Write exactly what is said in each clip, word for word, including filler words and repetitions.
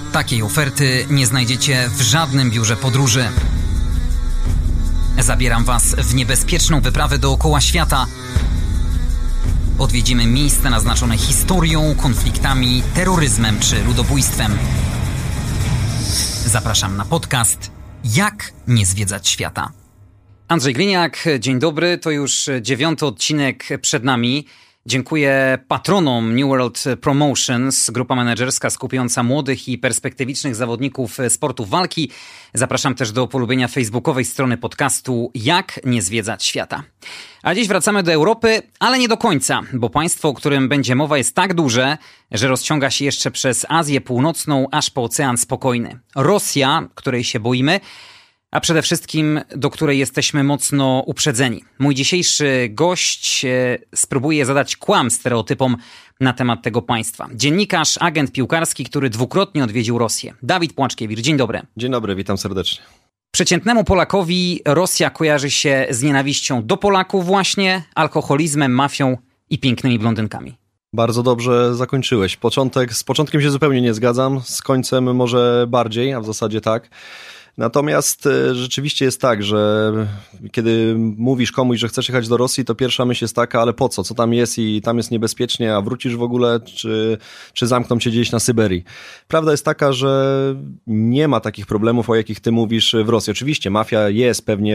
Takiej oferty nie znajdziecie w żadnym biurze podróży. Zabieram Was w niebezpieczną wyprawę dookoła świata. Odwiedzimy miejsca naznaczone historią, konfliktami, terroryzmem czy ludobójstwem. Zapraszam na podcast Jak nie zwiedzać świata. Andrzej Gliniak, dzień dobry. To już dziewiąty odcinek przed nami. Dziękuję patronom New World Promotions, grupa menedżerska skupiająca młodych i perspektywicznych zawodników sportów walki. Zapraszam też do polubienia facebookowej strony podcastu Jak nie zwiedzać świata. A dziś wracamy do Europy, ale nie do końca, bo państwo, o którym będzie mowa, jest tak duże, że rozciąga się jeszcze przez Azję Północną aż po Ocean Spokojny. Rosja, której się boimy, a przede wszystkim do której jesteśmy mocno uprzedzeni. Mój dzisiejszy gość e, spróbuje zadać kłam stereotypom na temat tego państwa. Dziennikarz, agent piłkarski, który dwukrotnie odwiedził Rosję. Dawid Płaczkiewicz, dzień dobry. Dzień dobry, witam serdecznie. Przeciętnemu Polakowi Rosja kojarzy się z nienawiścią do Polaków właśnie, alkoholizmem, mafią i pięknymi blondynkami. Bardzo dobrze zakończyłeś. Początek, z początkiem się zupełnie nie zgadzam, z końcem może bardziej, a w zasadzie tak. Natomiast rzeczywiście jest tak, że kiedy mówisz komuś, że chcesz jechać do Rosji, to pierwsza myśl jest taka, ale po co? Co tam jest i tam jest niebezpiecznie, a wrócisz w ogóle, czy, czy zamkną cię gdzieś na Syberii? Prawda jest taka, że nie ma takich problemów, o jakich ty mówisz w Rosji. Oczywiście mafia jest, pewnie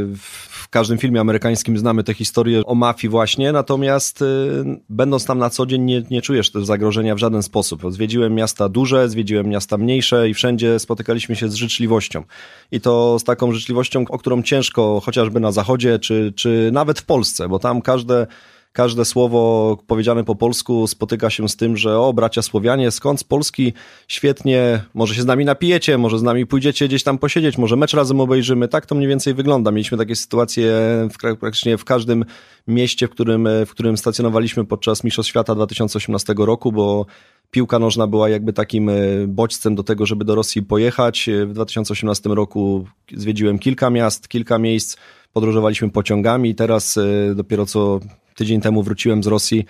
w każdym filmie amerykańskim znamy tę historię o mafii właśnie, natomiast będąc tam na co dzień nie, nie czujesz też zagrożenia w żaden sposób. Zwiedziłem miasta duże, zwiedziłem miasta mniejsze i wszędzie spotykaliśmy się z życzliwością. I to z taką życzliwością, o którą ciężko chociażby na Zachodzie, czy, czy nawet w Polsce, bo tam każde, każde słowo powiedziane po polsku spotyka się z tym, że o, bracia Słowianie, skąd z Polski? Świetnie, może się z nami napijecie, może z nami pójdziecie gdzieś tam posiedzieć, może mecz razem obejrzymy. Tak to mniej więcej wygląda. Mieliśmy takie sytuacje w, praktycznie w każdym mieście, w którym, w którym stacjonowaliśmy podczas Mistrzostw Świata dwa tysiące osiemnastego roku, bo piłka nożna była jakby takim bodźcem do tego, żeby do Rosji pojechać. W dwa tysiące osiemnastym roku zwiedziłem kilka miast, kilka miejsc, podróżowaliśmy pociągami. Teraz dopiero co tydzień temu wróciłem z Rosji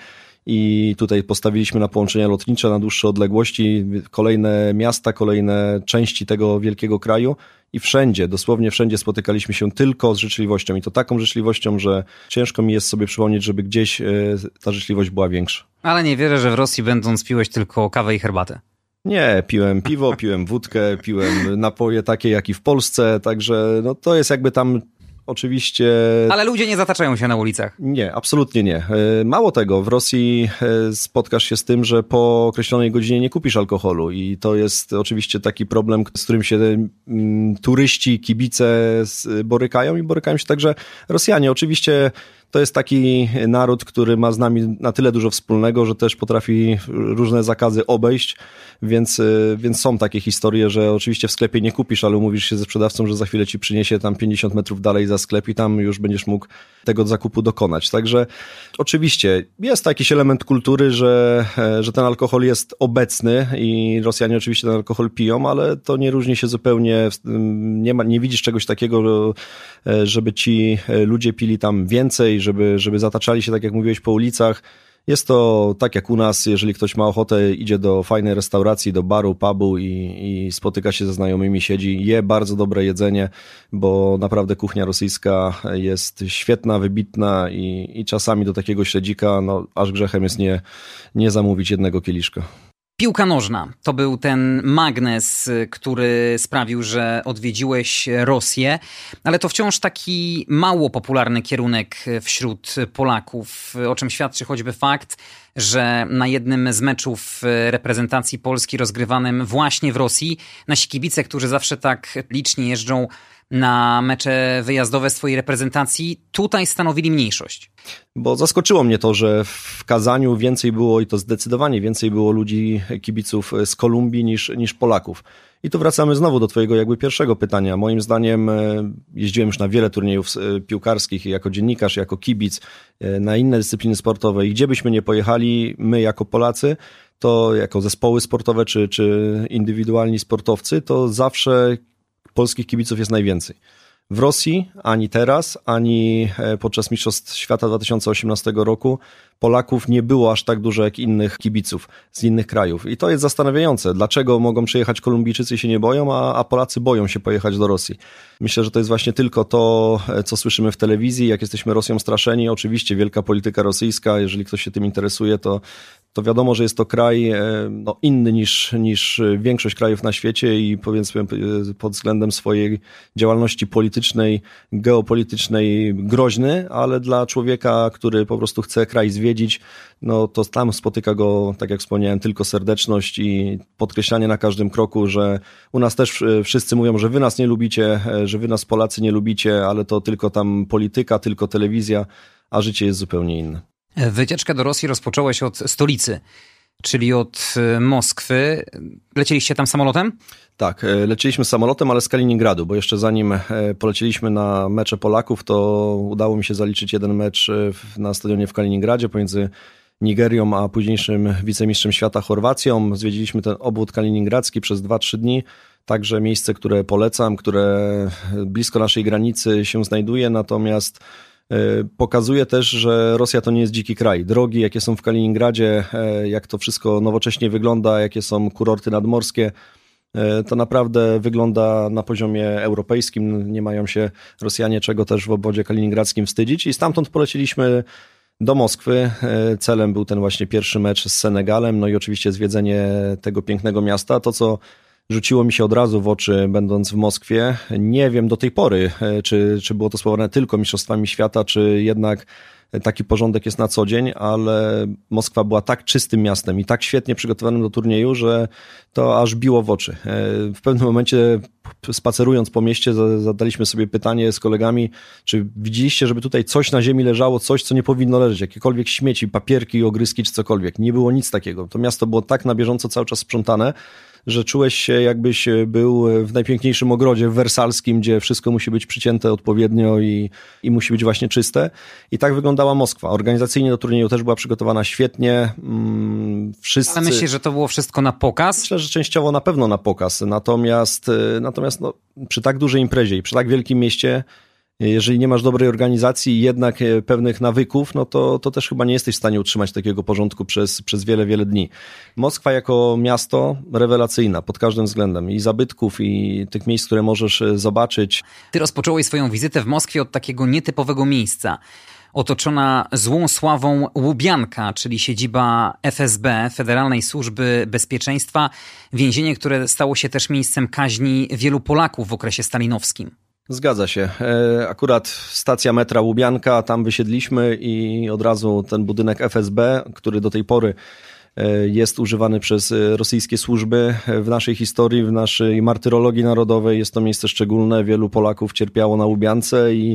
i tutaj postawiliśmy na połączenia lotnicze na dłuższe odległości, kolejne miasta, kolejne części tego wielkiego kraju i wszędzie, dosłownie wszędzie spotykaliśmy się tylko z życzliwością i to taką życzliwością, że ciężko mi jest sobie przypomnieć, żeby gdzieś ta życzliwość była większa. Ale nie wierzę, że w Rosji będąc piłeś tylko kawę i herbatę. Nie, piłem piwo, piłem wódkę, piłem napoje takie jak i w Polsce, także no to jest jakby tam oczywiście... Ale ludzie nie zataczają się na ulicach. Nie, absolutnie nie. Mało tego, w Rosji spotkasz się z tym, że po określonej godzinie nie kupisz alkoholu i to jest oczywiście taki problem, z którym się turyści, kibice borykają i borykają się także Rosjanie. Oczywiście to jest taki naród, który ma z nami na tyle dużo wspólnego, że też potrafi różne zakazy obejść, więc, więc są takie historie, że oczywiście w sklepie nie kupisz, ale umówisz się ze sprzedawcą, że za chwilę ci przyniesie tam pięćdziesiąt metrów dalej za sklep i tam już będziesz mógł tego zakupu dokonać. Także oczywiście jest jakiś element kultury, że, że ten alkohol jest obecny i Rosjanie oczywiście ten alkohol piją, ale to nie różni się zupełnie, nie, ma, nie widzisz czegoś takiego, żeby ci ludzie pili tam więcej, żeby, żeby zataczali się, tak jak mówiłeś, po ulicach. Jest to tak jak u nas, jeżeli ktoś ma ochotę, idzie do fajnej restauracji, do baru, pubu i, i spotyka się ze znajomymi, siedzi, je bardzo dobre jedzenie, bo naprawdę kuchnia rosyjska jest świetna, wybitna i, i czasami do takiego śledzika, no aż grzechem jest nie, nie zamówić jednego kieliszka. Piłka nożna to był ten magnes, który sprawił, że odwiedziłeś Rosję, ale to wciąż taki mało popularny kierunek wśród Polaków, o czym świadczy choćby fakt, że na jednym z meczów reprezentacji Polski rozgrywanym właśnie w Rosji nasi kibice, którzy zawsze tak licznie jeżdżą na mecze wyjazdowe swojej reprezentacji, tutaj stanowili mniejszość. Bo zaskoczyło mnie to, że w Kazaniu więcej było, i to zdecydowanie więcej było ludzi, kibiców z Kolumbii niż, niż Polaków. I tu wracamy znowu do twojego jakby pierwszego pytania. Moim zdaniem jeździłem już na wiele turniejów piłkarskich jako dziennikarz, jako kibic, na inne dyscypliny sportowe i gdzie byśmy nie pojechali, my jako Polacy, to jako zespoły sportowe czy, czy indywidualni sportowcy, to zawsze polskich kibiców jest najwięcej. W Rosji ani teraz, ani podczas Mistrzostw Świata dwa tysiące osiemnastego roku Polaków nie było aż tak dużo jak innych kibiców z innych krajów. I to jest zastanawiające. Dlaczego mogą przyjechać Kolumbijczycy i się nie boją, a, a Polacy boją się pojechać do Rosji? Myślę, że to jest właśnie tylko to, co słyszymy w telewizji, jak jesteśmy Rosją straszeni. Oczywiście wielka polityka rosyjska, jeżeli ktoś się tym interesuje, to, to wiadomo, że jest to kraj no, inny niż, niż większość krajów na świecie i powiedzmy pod względem swojej działalności politycznej, geopolitycznej groźny, ale dla człowieka, który po prostu chce kraj zwiedzić, no to tam spotyka go, tak jak wspomniałem, tylko serdeczność i podkreślanie na każdym kroku, że u nas też wszyscy mówią, że wy nas nie lubicie, że wy nas Polacy nie lubicie, ale to tylko tam polityka, tylko telewizja, a życie jest zupełnie inne. Wycieczkę do Rosji rozpocząłeś od stolicy, czyli od Moskwy. Lecieliście tam samolotem? Tak, leciliśmy samolotem, ale z Kaliningradu, bo jeszcze zanim poleciliśmy na mecze Polaków, to udało mi się zaliczyć jeden mecz na stadionie w Kaliningradzie pomiędzy Nigerią, a późniejszym wicemistrzem świata Chorwacją. Zwiedziliśmy ten obwód kaliningradzki przez dwa trzy dni. Także miejsce, które polecam, które blisko naszej granicy się znajduje, natomiast pokazuje też, że Rosja to nie jest dziki kraj. Drogi, jakie są w Kaliningradzie, jak to wszystko nowocześnie wygląda, jakie są kurorty nadmorskie, to naprawdę wygląda na poziomie europejskim. Nie mają się Rosjanie czego też w obwodzie kaliningradzkim wstydzić i stamtąd poleciliśmy do Moskwy. Celem był ten właśnie pierwszy mecz z Senegalem, no i oczywiście zwiedzenie tego pięknego miasta. To, co rzuciło mi się od razu w oczy, będąc w Moskwie. Nie wiem do tej pory, czy, czy było to spowodowane tylko mistrzostwami świata, czy jednak taki porządek jest na co dzień, ale Moskwa była tak czystym miastem i tak świetnie przygotowanym do turnieju, że to aż biło w oczy. W pewnym momencie, spacerując po mieście, zadaliśmy sobie pytanie z kolegami, czy widzieliście, żeby tutaj coś na ziemi leżało, coś, co nie powinno leżeć, jakiekolwiek śmieci, papierki, ogryski czy cokolwiek. Nie było nic takiego. To miasto było tak na bieżąco cały czas sprzątane, że czułeś się, jakbyś był w najpiękniejszym ogrodzie wersalskim, gdzie wszystko musi być przycięte odpowiednio i, i musi być właśnie czyste. I tak wyglądała Moskwa. Organizacyjnie do turnieju też była przygotowana świetnie. Wszyscy... Ale myślisz, że to było wszystko na pokaz? Myślę, że częściowo na pewno na pokaz. Natomiast, natomiast no, przy tak dużej imprezie i przy tak wielkim mieście, jeżeli nie masz dobrej organizacji i jednak pewnych nawyków, no to, to też chyba nie jesteś w stanie utrzymać takiego porządku przez, przez wiele, wiele dni. Moskwa jako miasto rewelacyjna pod każdym względem i zabytków, i tych miejsc, które możesz zobaczyć. Ty rozpocząłeś swoją wizytę w Moskwie od takiego nietypowego miejsca. Otoczona złą sławą Łubianka, czyli siedziba F S B, Federalnej Służby Bezpieczeństwa, więzienie, które stało się też miejscem kaźni wielu Polaków w okresie stalinowskim. Zgadza się. Akurat stacja metra Łubianka, tam wysiedliśmy i od razu ten budynek F S B, który do tej pory jest używany przez rosyjskie służby w naszej historii, w naszej martyrologii narodowej. Jest to miejsce szczególne. Wielu Polaków cierpiało na Łubiance i,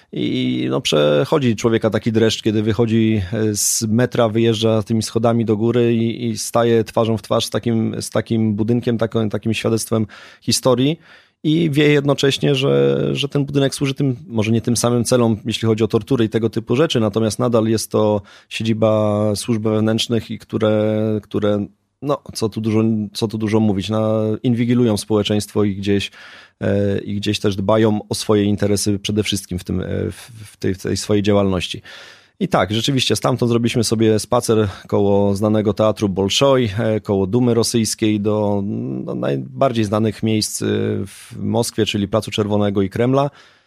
i no przechodzi człowieka taki dreszcz, kiedy wychodzi z metra, wyjeżdża tymi schodami do góry i, i staje twarzą w twarz z takim, z takim budynkiem, takim, takim świadectwem historii. I wie jednocześnie, że, że ten budynek służy tym, może nie tym samym celom, jeśli chodzi o tortury i tego typu rzeczy, natomiast nadal jest to siedziba służb wewnętrznych, i które, które no, co tu dużo, co tu dużo mówić, no, inwigilują społeczeństwo i gdzieś, e, i gdzieś też dbają o swoje interesy przede wszystkim w, tym, w, tej, w tej swojej działalności. I tak, rzeczywiście stamtąd zrobiliśmy sobie spacer koło znanego teatru Bolszoi, koło Dumy Rosyjskiej do no, najbardziej znanych miejsc w Moskwie, czyli Placu Czerwonego i Kremla,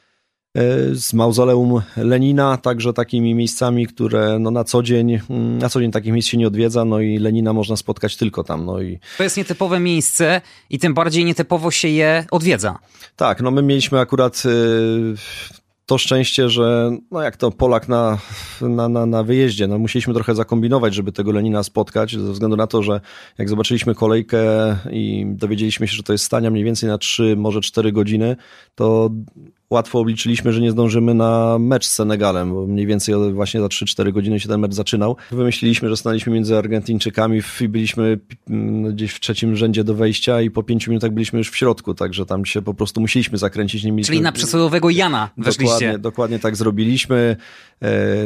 z mauzoleum Lenina, także takimi miejscami, które no, na co dzień, na co dzień takich miejsc się nie odwiedza, no i Lenina można spotkać tylko tam. No i... To jest nietypowe miejsce i tym bardziej nietypowo się je odwiedza. Tak, no my mieliśmy akurat... Yy... to szczęście, że no jak to Polak na, na, na, na wyjeździe, no musieliśmy trochę zakombinować, żeby tego Lenina spotkać, ze względu na to, że jak zobaczyliśmy kolejkę i dowiedzieliśmy się, że to jest stania mniej więcej na trzy, może cztery godziny, to łatwo obliczyliśmy, że nie zdążymy na mecz z Senegalem, bo mniej więcej właśnie za trzy cztery godziny się ten mecz zaczynał. Wymyśliliśmy, że stanęliśmy między Argentyńczykami i byliśmy gdzieś w trzecim rzędzie do wejścia i po pięciu minutach byliśmy już w środku, także tam się po prostu musieliśmy zakręcić. Nie mieliśmy... Czyli na przysłowiowego Jana weszliście. Dokładnie, dokładnie tak zrobiliśmy.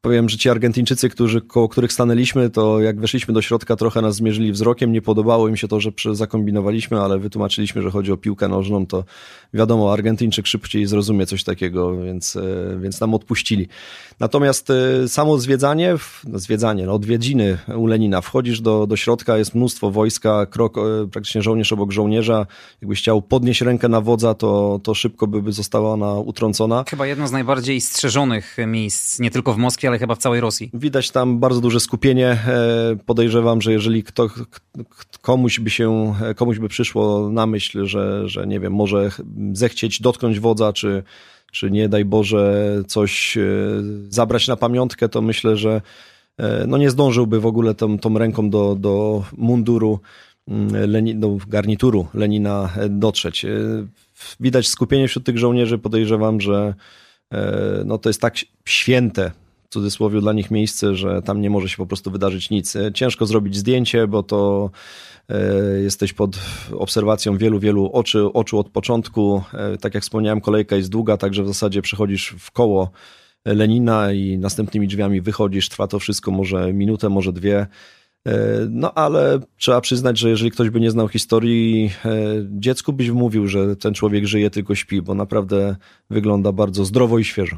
Powiem, że ci Argentyńczycy, którzy, koło których stanęliśmy, to jak weszliśmy do środka, trochę nas zmierzyli wzrokiem. Nie podobało im się to, że zakombinowaliśmy, ale wytłumaczyliśmy, że chodzi o piłkę nożną, to wiadomo, Argentyńczyk szybciej zrozumie coś takiego, więc, więc nam odpuścili. Natomiast samo zwiedzanie, zwiedzanie, no odwiedziny u Lenina, wchodzisz do, do środka, jest mnóstwo wojska, krok, praktycznie żołnierz obok żołnierza. Jakbyś chciał podnieść rękę na wodza, to, to szybko by została ona utrącona. Chyba jedno z najbardziej strzeżonych miejsc, nie tylko w Moskwie, ale chyba w całej Rosji. Widać tam bardzo duże skupienie. Podejrzewam, że jeżeli kto, komuś by się, komuś by przyszło na myśl, że, że nie wiem, może zechcieć dotknąć wodza, czy, czy nie daj Boże coś zabrać na pamiątkę, to myślę, że no nie zdążyłby w ogóle tą, tą ręką do, do munduru, Leni, do garnituru Lenina dotrzeć. Widać skupienie wśród tych żołnierzy. Podejrzewam, że no to jest tak święte, w cudzysłowie, dla nich miejsce, że tam nie może się po prostu wydarzyć nic. Ciężko zrobić zdjęcie, bo to jesteś pod obserwacją wielu, wielu oczy, oczu od początku. Tak jak wspomniałem, kolejka jest długa, także w zasadzie przechodzisz w koło Lenina i następnymi drzwiami wychodzisz. Trwa to wszystko może minutę, może dwie. No ale trzeba przyznać, że jeżeli ktoś by nie znał historii, dziecku byś wmówił, że ten człowiek żyje, tylko śpi, bo naprawdę wygląda bardzo zdrowo i świeżo.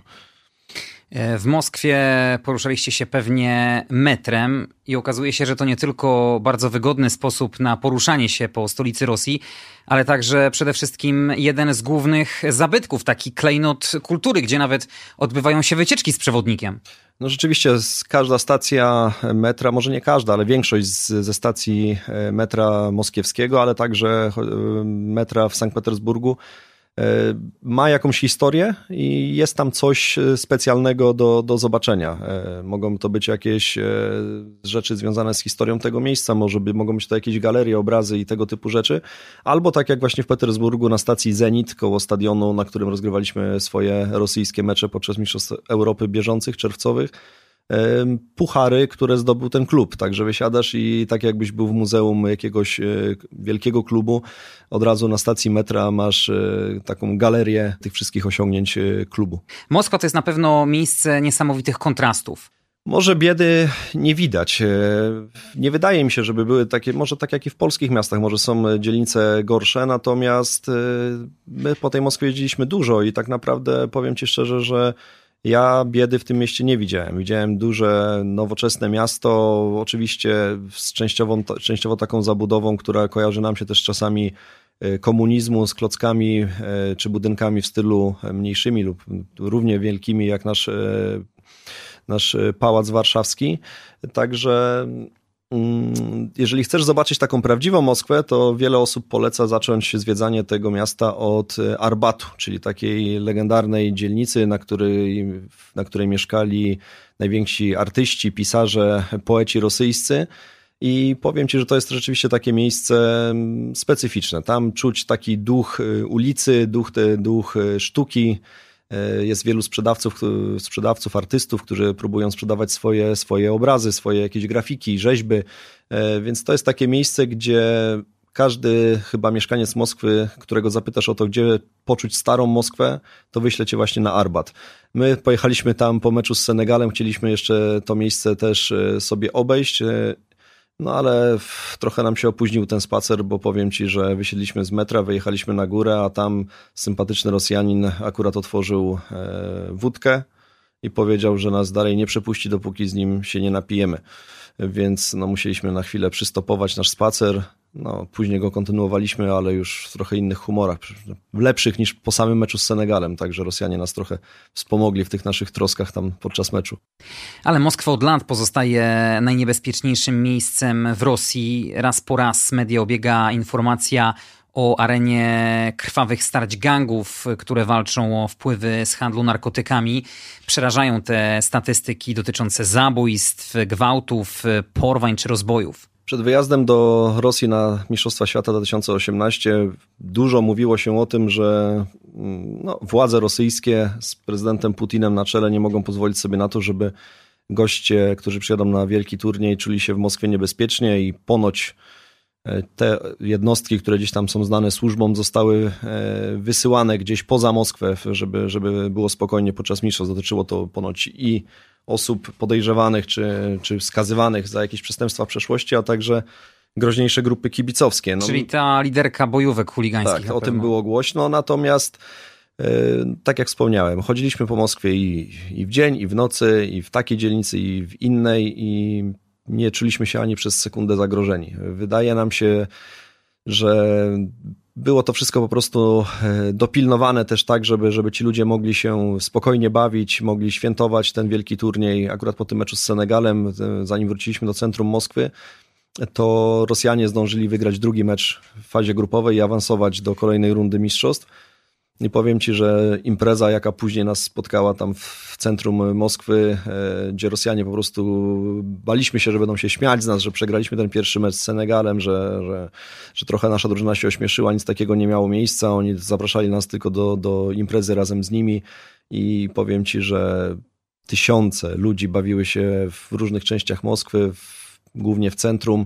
W Moskwie poruszaliście się pewnie metrem i okazuje się, że to nie tylko bardzo wygodny sposób na poruszanie się po stolicy Rosji, ale także przede wszystkim jeden z głównych zabytków, taki klejnot kultury, gdzie nawet odbywają się wycieczki z przewodnikiem. No rzeczywiście każda stacja metra, może nie każda, ale większość z, ze stacji metra moskiewskiego, ale także metra w Sankt Petersburgu ma jakąś historię i jest tam coś specjalnego do, do zobaczenia. Mogą to być jakieś rzeczy związane z historią tego miejsca, może by, mogą być to jakieś galerie, obrazy i tego typu rzeczy, albo tak jak właśnie w Petersburgu na stacji Zenit koło stadionu, na którym rozgrywaliśmy swoje rosyjskie mecze podczas Mistrzostw Europy bieżących, czerwcowych, puchary, które zdobył ten klub. Także wysiadasz i tak jakbyś był w muzeum jakiegoś wielkiego klubu, od razu na stacji metra masz taką galerię tych wszystkich osiągnięć klubu. Moskwa to jest na pewno miejsce niesamowitych kontrastów. Może biedy nie widać. Nie wydaje mi się, żeby były takie, może tak jak i w polskich miastach, może są dzielnice gorsze, natomiast my po tej Moskwie jeździliśmy dużo i tak naprawdę powiem ci szczerze, że ja biedy w tym mieście nie widziałem. Widziałem duże, nowoczesne miasto, oczywiście z częściową, częściowo taką zabudową, która kojarzy nam się też czasami komunizmu, z klockami czy budynkami w stylu mniejszymi lub równie wielkimi jak nasz, nasz pałac warszawski. Także jeżeli chcesz zobaczyć taką prawdziwą Moskwę, to wiele osób poleca zacząć zwiedzanie tego miasta od Arbatu, czyli takiej legendarnej dzielnicy, na której, na której mieszkali najwięksi artyści, pisarze, poeci rosyjscy. I powiem ci, że to jest rzeczywiście takie miejsce specyficzne. Tam czuć taki duch ulicy, duch, duch sztuki. Jest wielu sprzedawców, sprzedawców, artystów, którzy próbują sprzedawać swoje, swoje obrazy, swoje jakieś grafiki, rzeźby, więc to jest takie miejsce, gdzie każdy chyba mieszkaniec Moskwy, którego zapytasz o to, gdzie poczuć starą Moskwę, to wyśle cię właśnie na Arbat. My pojechaliśmy tam po meczu z Senegalem, chcieliśmy jeszcze to miejsce też sobie obejść, no ale trochę nam się opóźnił ten spacer, bo powiem ci, że wysiedliśmy z metra, wyjechaliśmy na górę, a tam sympatyczny Rosjanin akurat otworzył wódkę i powiedział, że nas dalej nie przepuści, dopóki z nim się nie napijemy. Więc no, musieliśmy na chwilę przystopować nasz spacer. No, później go kontynuowaliśmy, ale już w trochę innych humorach, lepszych niż po samym meczu z Senegalem, także Rosjanie nas trochę wspomogli w tych naszych troskach tam podczas meczu. Ale Moskwa od lat pozostaje najniebezpieczniejszym miejscem w Rosji. Raz po raz media obiega informacja o arenie krwawych starć gangów, które walczą o wpływy z handlu narkotykami. Przerażają te statystyki dotyczące zabójstw, gwałtów, porwań czy rozbojów. Przed wyjazdem do Rosji na Mistrzostwa Świata dwa tysiące osiemnaście dużo mówiło się o tym, że no, władze rosyjskie z prezydentem Putinem na czele nie mogą pozwolić sobie na to, żeby goście, którzy przyjadą na wielki turniej, czuli się w Moskwie niebezpiecznie i ponoć Te jednostki, które gdzieś tam są znane służbom, zostały wysyłane gdzieś poza Moskwę, żeby, żeby było spokojnie podczas mistrzostw. Dotyczyło to ponoć i osób podejrzewanych czy, czy skazywanych za jakieś przestępstwa w przeszłości, a także groźniejsze grupy kibicowskie. No, czyli ta liderka bojówek chuligańskich. Tak, o tym było głośno, natomiast tak jak wspomniałem, chodziliśmy po Moskwie i, i w dzień, i w nocy, i w takiej dzielnicy, i w innej i nie czuliśmy się ani przez sekundę zagrożeni. Wydaje nam się, że było to wszystko po prostu dopilnowane też tak, żeby, żeby ci ludzie mogli się spokojnie bawić, mogli świętować ten wielki turniej. Akurat po tym meczu z Senegalem, zanim wróciliśmy do centrum Moskwy, to Rosjanie zdążyli wygrać drugi mecz w fazie grupowej i awansować do kolejnej rundy mistrzostw. I powiem ci, że impreza, jaka później nas spotkała tam w centrum Moskwy, gdzie Rosjanie po prostu baliśmy się, że będą się śmiać z nas, że przegraliśmy ten pierwszy mecz z Senegalem, że, że, że trochę nasza drużyna się ośmieszyła, nic takiego nie miało miejsca. Oni zapraszali nas tylko do, do imprezy razem z nimi i powiem ci, że tysiące ludzi bawiły się w różnych częściach Moskwy, w, głównie w centrum.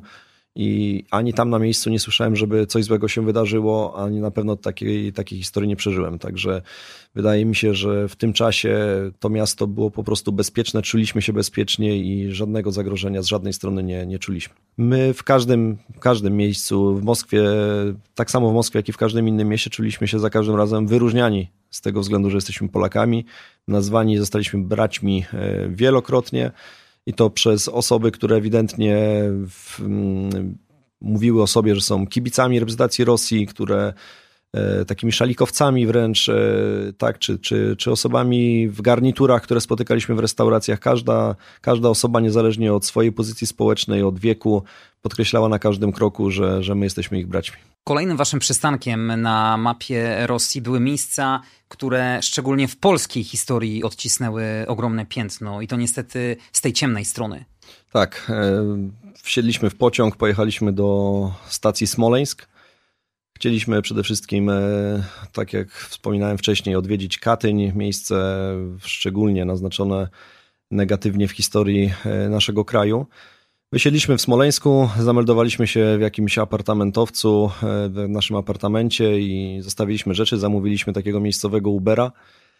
I ani tam na miejscu nie słyszałem, żeby coś złego się wydarzyło, ani na pewno takiej, takiej historii nie przeżyłem. Także wydaje mi się, że w tym czasie to miasto było po prostu bezpieczne, czuliśmy się bezpiecznie i żadnego zagrożenia z żadnej strony nie, nie czuliśmy. My w każdym, w każdym miejscu w Moskwie, tak samo w Moskwie, jak i w każdym innym mieście, czuliśmy się za każdym razem wyróżniani z tego względu, że jesteśmy Polakami. Nazwani zostaliśmy braćmi wielokrotnie. I to przez osoby, które ewidentnie w, m, mówiły o sobie, że są kibicami reprezentacji Rosji, które e, takimi szalikowcami wręcz, e, tak, czy, czy, czy osobami w garniturach, które spotykaliśmy w restauracjach. Każda, każda osoba, niezależnie od swojej pozycji społecznej, od wieku, podkreślała na każdym kroku, że, że my jesteśmy ich braćmi. Kolejnym waszym przystankiem na mapie Rosji były miejsca, które szczególnie w polskiej historii odcisnęły ogromne piętno i to niestety z tej ciemnej strony. Tak, wsiedliśmy w pociąg, pojechaliśmy do stacji Smoleńsk. Chcieliśmy przede wszystkim, tak jak wspominałem wcześniej, odwiedzić Katyń, miejsce szczególnie naznaczone negatywnie w historii naszego kraju. Wysiedliśmy w Smoleńsku, zameldowaliśmy się w jakimś apartamentowcu w naszym apartamencie i zostawiliśmy rzeczy, zamówiliśmy takiego miejscowego Ubera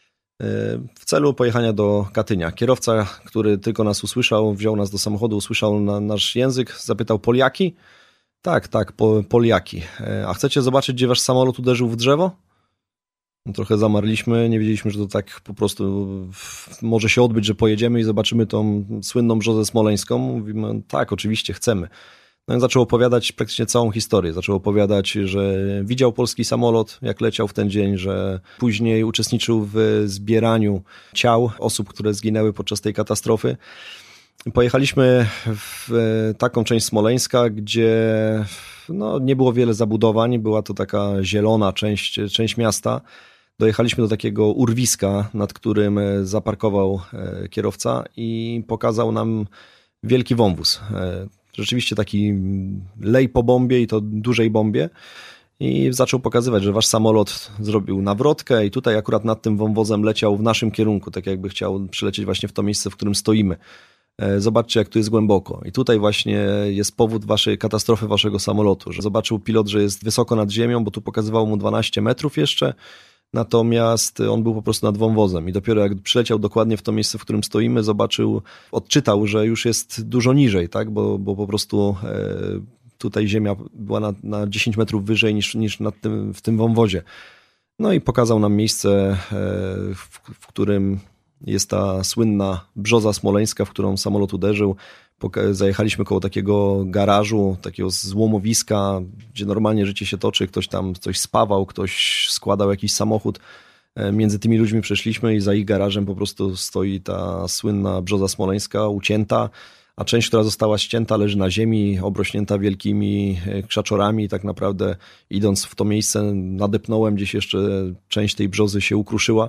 w celu pojechania do Katynia. Kierowca, który tylko nas usłyszał, wziął nas do samochodu, usłyszał na nasz język, zapytał: Poliaki? Tak, tak, po, Poliaki. A chcecie zobaczyć, gdzie wasz samolot uderzył w drzewo? No, trochę zamarliśmy, nie wiedzieliśmy, że to tak po prostu może się odbyć, że pojedziemy i zobaczymy tą słynną brzozę smoleńską. Mówimy: tak, oczywiście chcemy. No i zaczął opowiadać praktycznie całą historię. Zaczął opowiadać, że widział polski samolot, jak leciał w ten dzień, że później uczestniczył w zbieraniu ciał osób, które zginęły podczas tej katastrofy. Pojechaliśmy w taką część Smoleńska, gdzie no, nie było wiele zabudowań, była to taka zielona część, część miasta. Dojechaliśmy do takiego urwiska, nad którym zaparkował kierowca i pokazał nam wielki wąwóz. Rzeczywiście taki lej po bombie i to dużej bombie. I zaczął pokazywać, że wasz samolot zrobił nawrotkę i tutaj akurat nad tym wąwozem leciał w naszym kierunku, tak jakby chciał przylecieć właśnie w to miejsce, w którym stoimy. Zobaczcie, jak tu jest głęboko. I tutaj właśnie jest powód waszej katastrofy waszego samolotu, że zobaczył pilot, że jest wysoko nad ziemią, bo tu pokazywało mu dwanaście metrów jeszcze, natomiast on był po prostu nad wąwozem i dopiero jak przyleciał dokładnie w to miejsce, w którym stoimy, zobaczył, odczytał, że już jest dużo niżej, tak, bo, bo po prostu e, tutaj ziemia była na, na dziesięć metrów wyżej niż, niż nad tym, w tym wąwozie. No i pokazał nam miejsce, e, w, w którym jest ta słynna brzoza smoleńska, w którą samolot uderzył. Zajechaliśmy koło takiego garażu, takiego złomowiska, gdzie normalnie życie się toczy. Ktoś tam coś spawał, ktoś składał jakiś samochód. Między tymi ludźmi przeszliśmy i za ich garażem po prostu stoi ta słynna brzoza smoleńska, ucięta, a część, która została ścięta, leży na ziemi, obrośnięta wielkimi krzaczorami. Tak naprawdę idąc w to miejsce nadepnąłem, gdzieś jeszcze część tej brzozy się ukruszyła.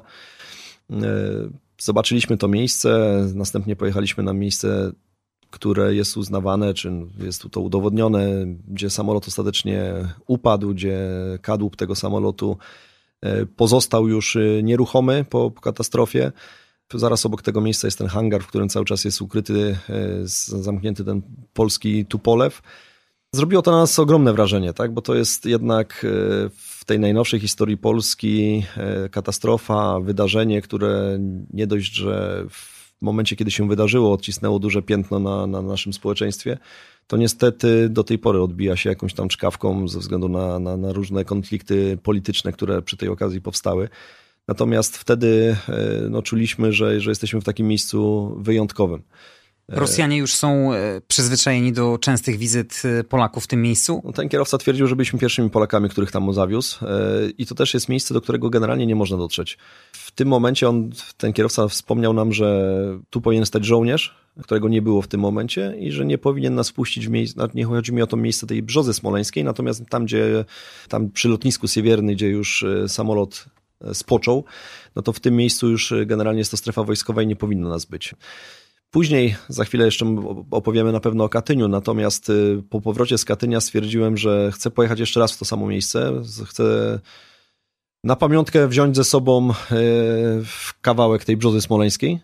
Zobaczyliśmy to miejsce, następnie pojechaliśmy na miejsce, które jest uznawane, czy jest tu to udowodnione, gdzie samolot ostatecznie upadł, gdzie kadłub tego samolotu pozostał już nieruchomy po, po katastrofie. Zaraz obok tego miejsca jest ten hangar, w którym cały czas jest ukryty, zamknięty ten polski Tupolew. Zrobiło to na nas ogromne wrażenie, tak? Bo to jest jednak w tej najnowszej historii Polski katastrofa, wydarzenie, które nie dość, że w momencie, kiedy się wydarzyło, odcisnęło duże piętno na, na naszym społeczeństwie, to niestety do tej pory odbija się jakąś tam czkawką ze względu na, na, na różne konflikty polityczne, które przy tej okazji powstały. Natomiast wtedy no, czuliśmy, że, że jesteśmy w takim miejscu wyjątkowym. Rosjanie już są przyzwyczajeni do częstych wizyt Polaków w tym miejscu? No, ten kierowca twierdził, że byliśmy pierwszymi Polakami, których tam zawiózł i to też jest miejsce, do którego generalnie nie można dotrzeć. W tym momencie on, ten kierowca wspomniał nam, że tu powinien stać żołnierz, którego nie było w tym momencie i że nie powinien nas puścić w miejsce, nie chodzi mi o to miejsce tej Brzozy Smoleńskiej, natomiast tam, gdzie, tam przy lotnisku Siewierny, gdzie już samolot spoczął, no to w tym miejscu już generalnie jest to strefa wojskowa i nie powinno nas być. Później, za chwilę jeszcze opowiemy na pewno o Katyniu, natomiast po powrocie z Katynia stwierdziłem, że chcę pojechać jeszcze raz w to samo miejsce. Chcę na pamiątkę wziąć ze sobą kawałek tej Brzozy Smoleńskiej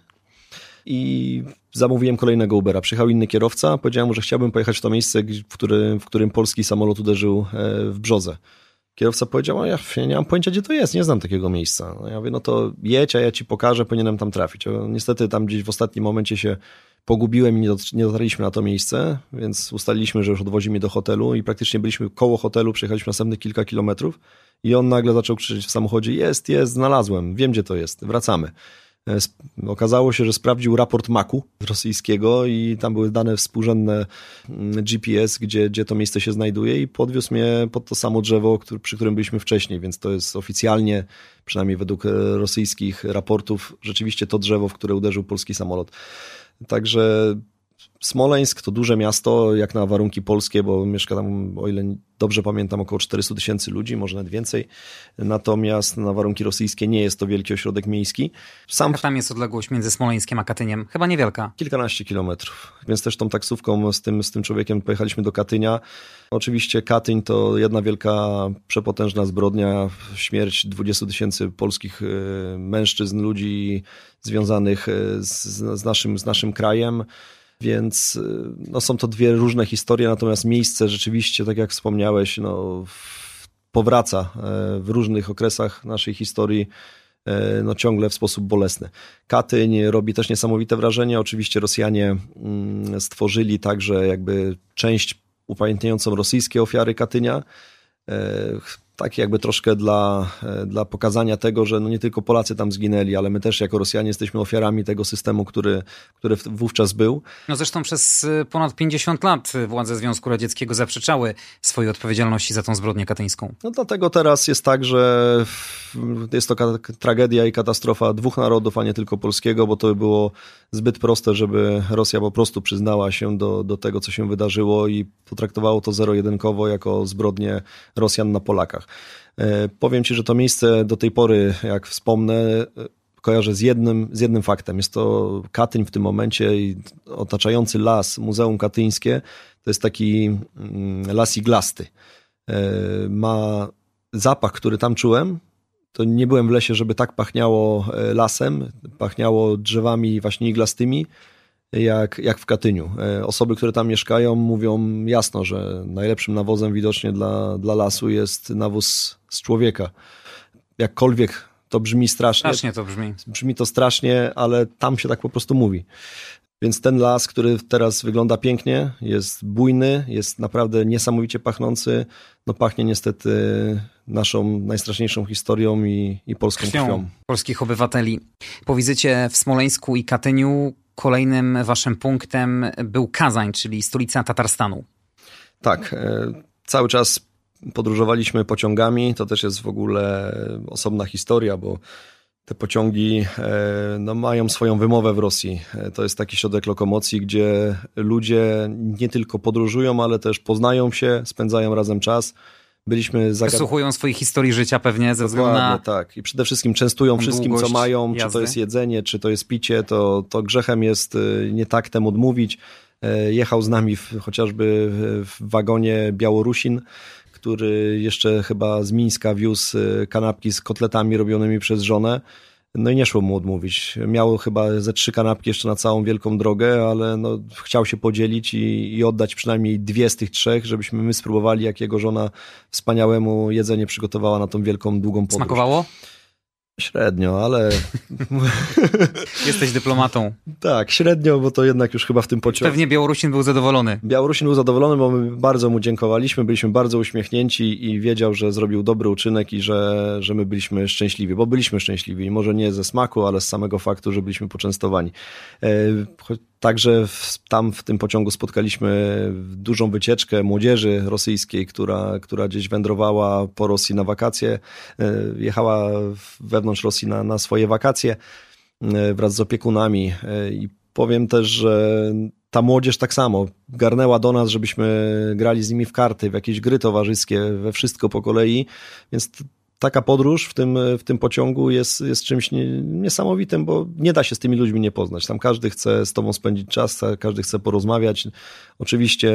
i zamówiłem kolejnego Ubera. Przyjechał inny kierowca, powiedziałem mu, że chciałbym pojechać w to miejsce, w którym, w którym polski samolot uderzył w Brzozę. Kierowca powiedział, ja nie mam pojęcia, gdzie to jest, nie znam takiego miejsca. No ja mówię, no to jedź, a ja ci pokażę, powinienem tam trafić. Niestety tam gdzieś w ostatnim momencie się pogubiłem i nie dotarliśmy na to miejsce, więc ustaliliśmy, że już odwozi mnie do hotelu i praktycznie byliśmy koło hotelu, przejechaliśmy następne kilka kilometrów i on nagle zaczął krzyczeć w samochodzie, jest, jest, znalazłem, wiem gdzie to jest, wracamy. Okazało się, że sprawdził raport maku rosyjskiego i tam były dane współrzędne G P S, gdzie, gdzie to miejsce się znajduje i podwiózł mnie pod to samo drzewo, który, przy którym byliśmy wcześniej, więc to jest oficjalnie, przynajmniej według rosyjskich raportów, rzeczywiście to drzewo, w które uderzył polski samolot. Także Smoleńsk to duże miasto, jak na warunki polskie, bo mieszka tam, o ile dobrze pamiętam, około czterysta tysięcy ludzi, może nawet więcej. Natomiast na warunki rosyjskie nie jest to wielki ośrodek miejski. Sam... Jaka tam jest odległość między Smoleńskiem a Katyniem? Chyba niewielka. Kilkanaście kilometrów. Więc też tą taksówką z tym, z tym człowiekiem pojechaliśmy do Katynia. Oczywiście Katyń to jedna wielka, przepotężna zbrodnia. Śmierć dwudziestu tysięcy polskich mężczyzn, ludzi związanych z, z, naszym, z naszym krajem. Więc no, są to dwie różne historie, natomiast miejsce rzeczywiście, tak jak wspomniałeś, no, powraca w różnych okresach naszej historii no, ciągle w sposób bolesny. Katyń robi też niesamowite wrażenie. Oczywiście Rosjanie stworzyli także jakby część upamiętniającą rosyjskie ofiary Katynia. Tak jakby troszkę dla, dla pokazania tego, że no nie tylko Polacy tam zginęli, ale my też jako Rosjanie jesteśmy ofiarami tego systemu, który, który wówczas był. No zresztą przez ponad pięćdziesiąt lat władze Związku Radzieckiego zaprzeczały swojej odpowiedzialności za tą zbrodnię katyńską. No dlatego teraz jest tak, że jest to tragedia i katastrofa dwóch narodów, a nie tylko polskiego, bo to by było zbyt proste, żeby Rosja po prostu przyznała się do, do tego, co się wydarzyło i potraktowało to zero-jedynkowo jako zbrodnię Rosjan na Polakach. Powiem ci, że to miejsce do tej pory, jak wspomnę, kojarzę z jednym, z jednym faktem. Jest to Katyń w tym momencie i otaczający las, Muzeum Katyńskie, to jest taki las iglasty. Ma zapach, który tam czułem. To nie byłem w lesie, żeby tak pachniało lasem, pachniało drzewami właśnie iglastymi, jak, jak w Katyniu. Osoby, które tam mieszkają, mówią jasno, że najlepszym nawozem widocznie dla, dla lasu jest nawóz z człowieka. Jakkolwiek to brzmi strasznie. Strasznie to brzmi. Brzmi to strasznie, ale tam się tak po prostu mówi. Więc ten las, który teraz wygląda pięknie, jest bujny, jest naprawdę niesamowicie pachnący, no pachnie niestety naszą najstraszniejszą historią i, i polską krwią. krwią. Polskich obywateli. Po wizycie w Smoleńsku i Katyniu kolejnym waszym punktem był Kazań, czyli stolica Tatarstanu. Tak, cały czas podróżowaliśmy pociągami, to też jest w ogóle osobna historia, bo te pociągi no, mają swoją wymowę w Rosji. To jest taki środek lokomocji, gdzie ludzie nie tylko podróżują, ale też poznają się, spędzają razem czas. Byliśmy zagad... Wysłuchują swojej historii życia pewnie ze względu na... tak. I przede wszystkim częstują wszystkim, co mają, jazdy. Czy to jest jedzenie, czy to jest picie, to, to grzechem jest nie taktem odmówić. Jechał z nami w, chociażby w wagonie Białorusin, który jeszcze chyba z Mińska wiózł kanapki z kotletami robionymi przez żonę. No i nie szło mu odmówić. Miał chyba ze trzy kanapki jeszcze na całą wielką drogę, ale no, chciał się podzielić i, i oddać przynajmniej dwie z tych trzech, żebyśmy my spróbowali, jak jego żona wspaniałemu jedzenie przygotowała na tą wielką, długą podróż. Smakowało? Średnio, ale... Jesteś dyplomatą. Tak, średnio, bo to jednak już chyba w tym pociągu... Pewnie Białorusin był zadowolony. Białorusin był zadowolony, bo my bardzo mu dziękowaliśmy, byliśmy bardzo uśmiechnięci i wiedział, że zrobił dobry uczynek i że, że my byliśmy szczęśliwi, bo byliśmy szczęśliwi. Może nie ze smaku, ale z samego faktu, że byliśmy poczęstowani. Także w, tam w tym pociągu spotkaliśmy dużą wycieczkę młodzieży rosyjskiej, która, która gdzieś wędrowała po Rosji na wakacje, jechała wewnątrz Rosji na, na swoje wakacje wraz z opiekunami. I powiem też, że ta młodzież tak samo garnęła do nas, żebyśmy grali z nimi w karty, w jakieś gry towarzyskie, we wszystko po kolei, więc taka podróż w tym, w tym pociągu jest, jest czymś nie, niesamowitym, bo nie da się z tymi ludźmi nie poznać. Tam każdy chce z tobą spędzić czas, każdy chce porozmawiać. Oczywiście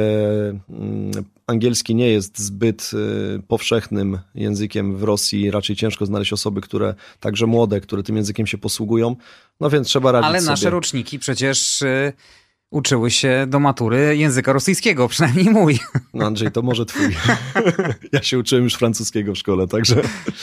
angielski nie jest zbyt powszechnym językiem w Rosji. Raczej ciężko znaleźć osoby, które, także młode, które tym językiem się posługują. No więc trzeba radzić Ale nasze sobie. roczniki przecież... uczyły się do matury języka rosyjskiego, przynajmniej mój. No Andrzej, to może twój. Ja się uczyłem już francuskiego w szkole, także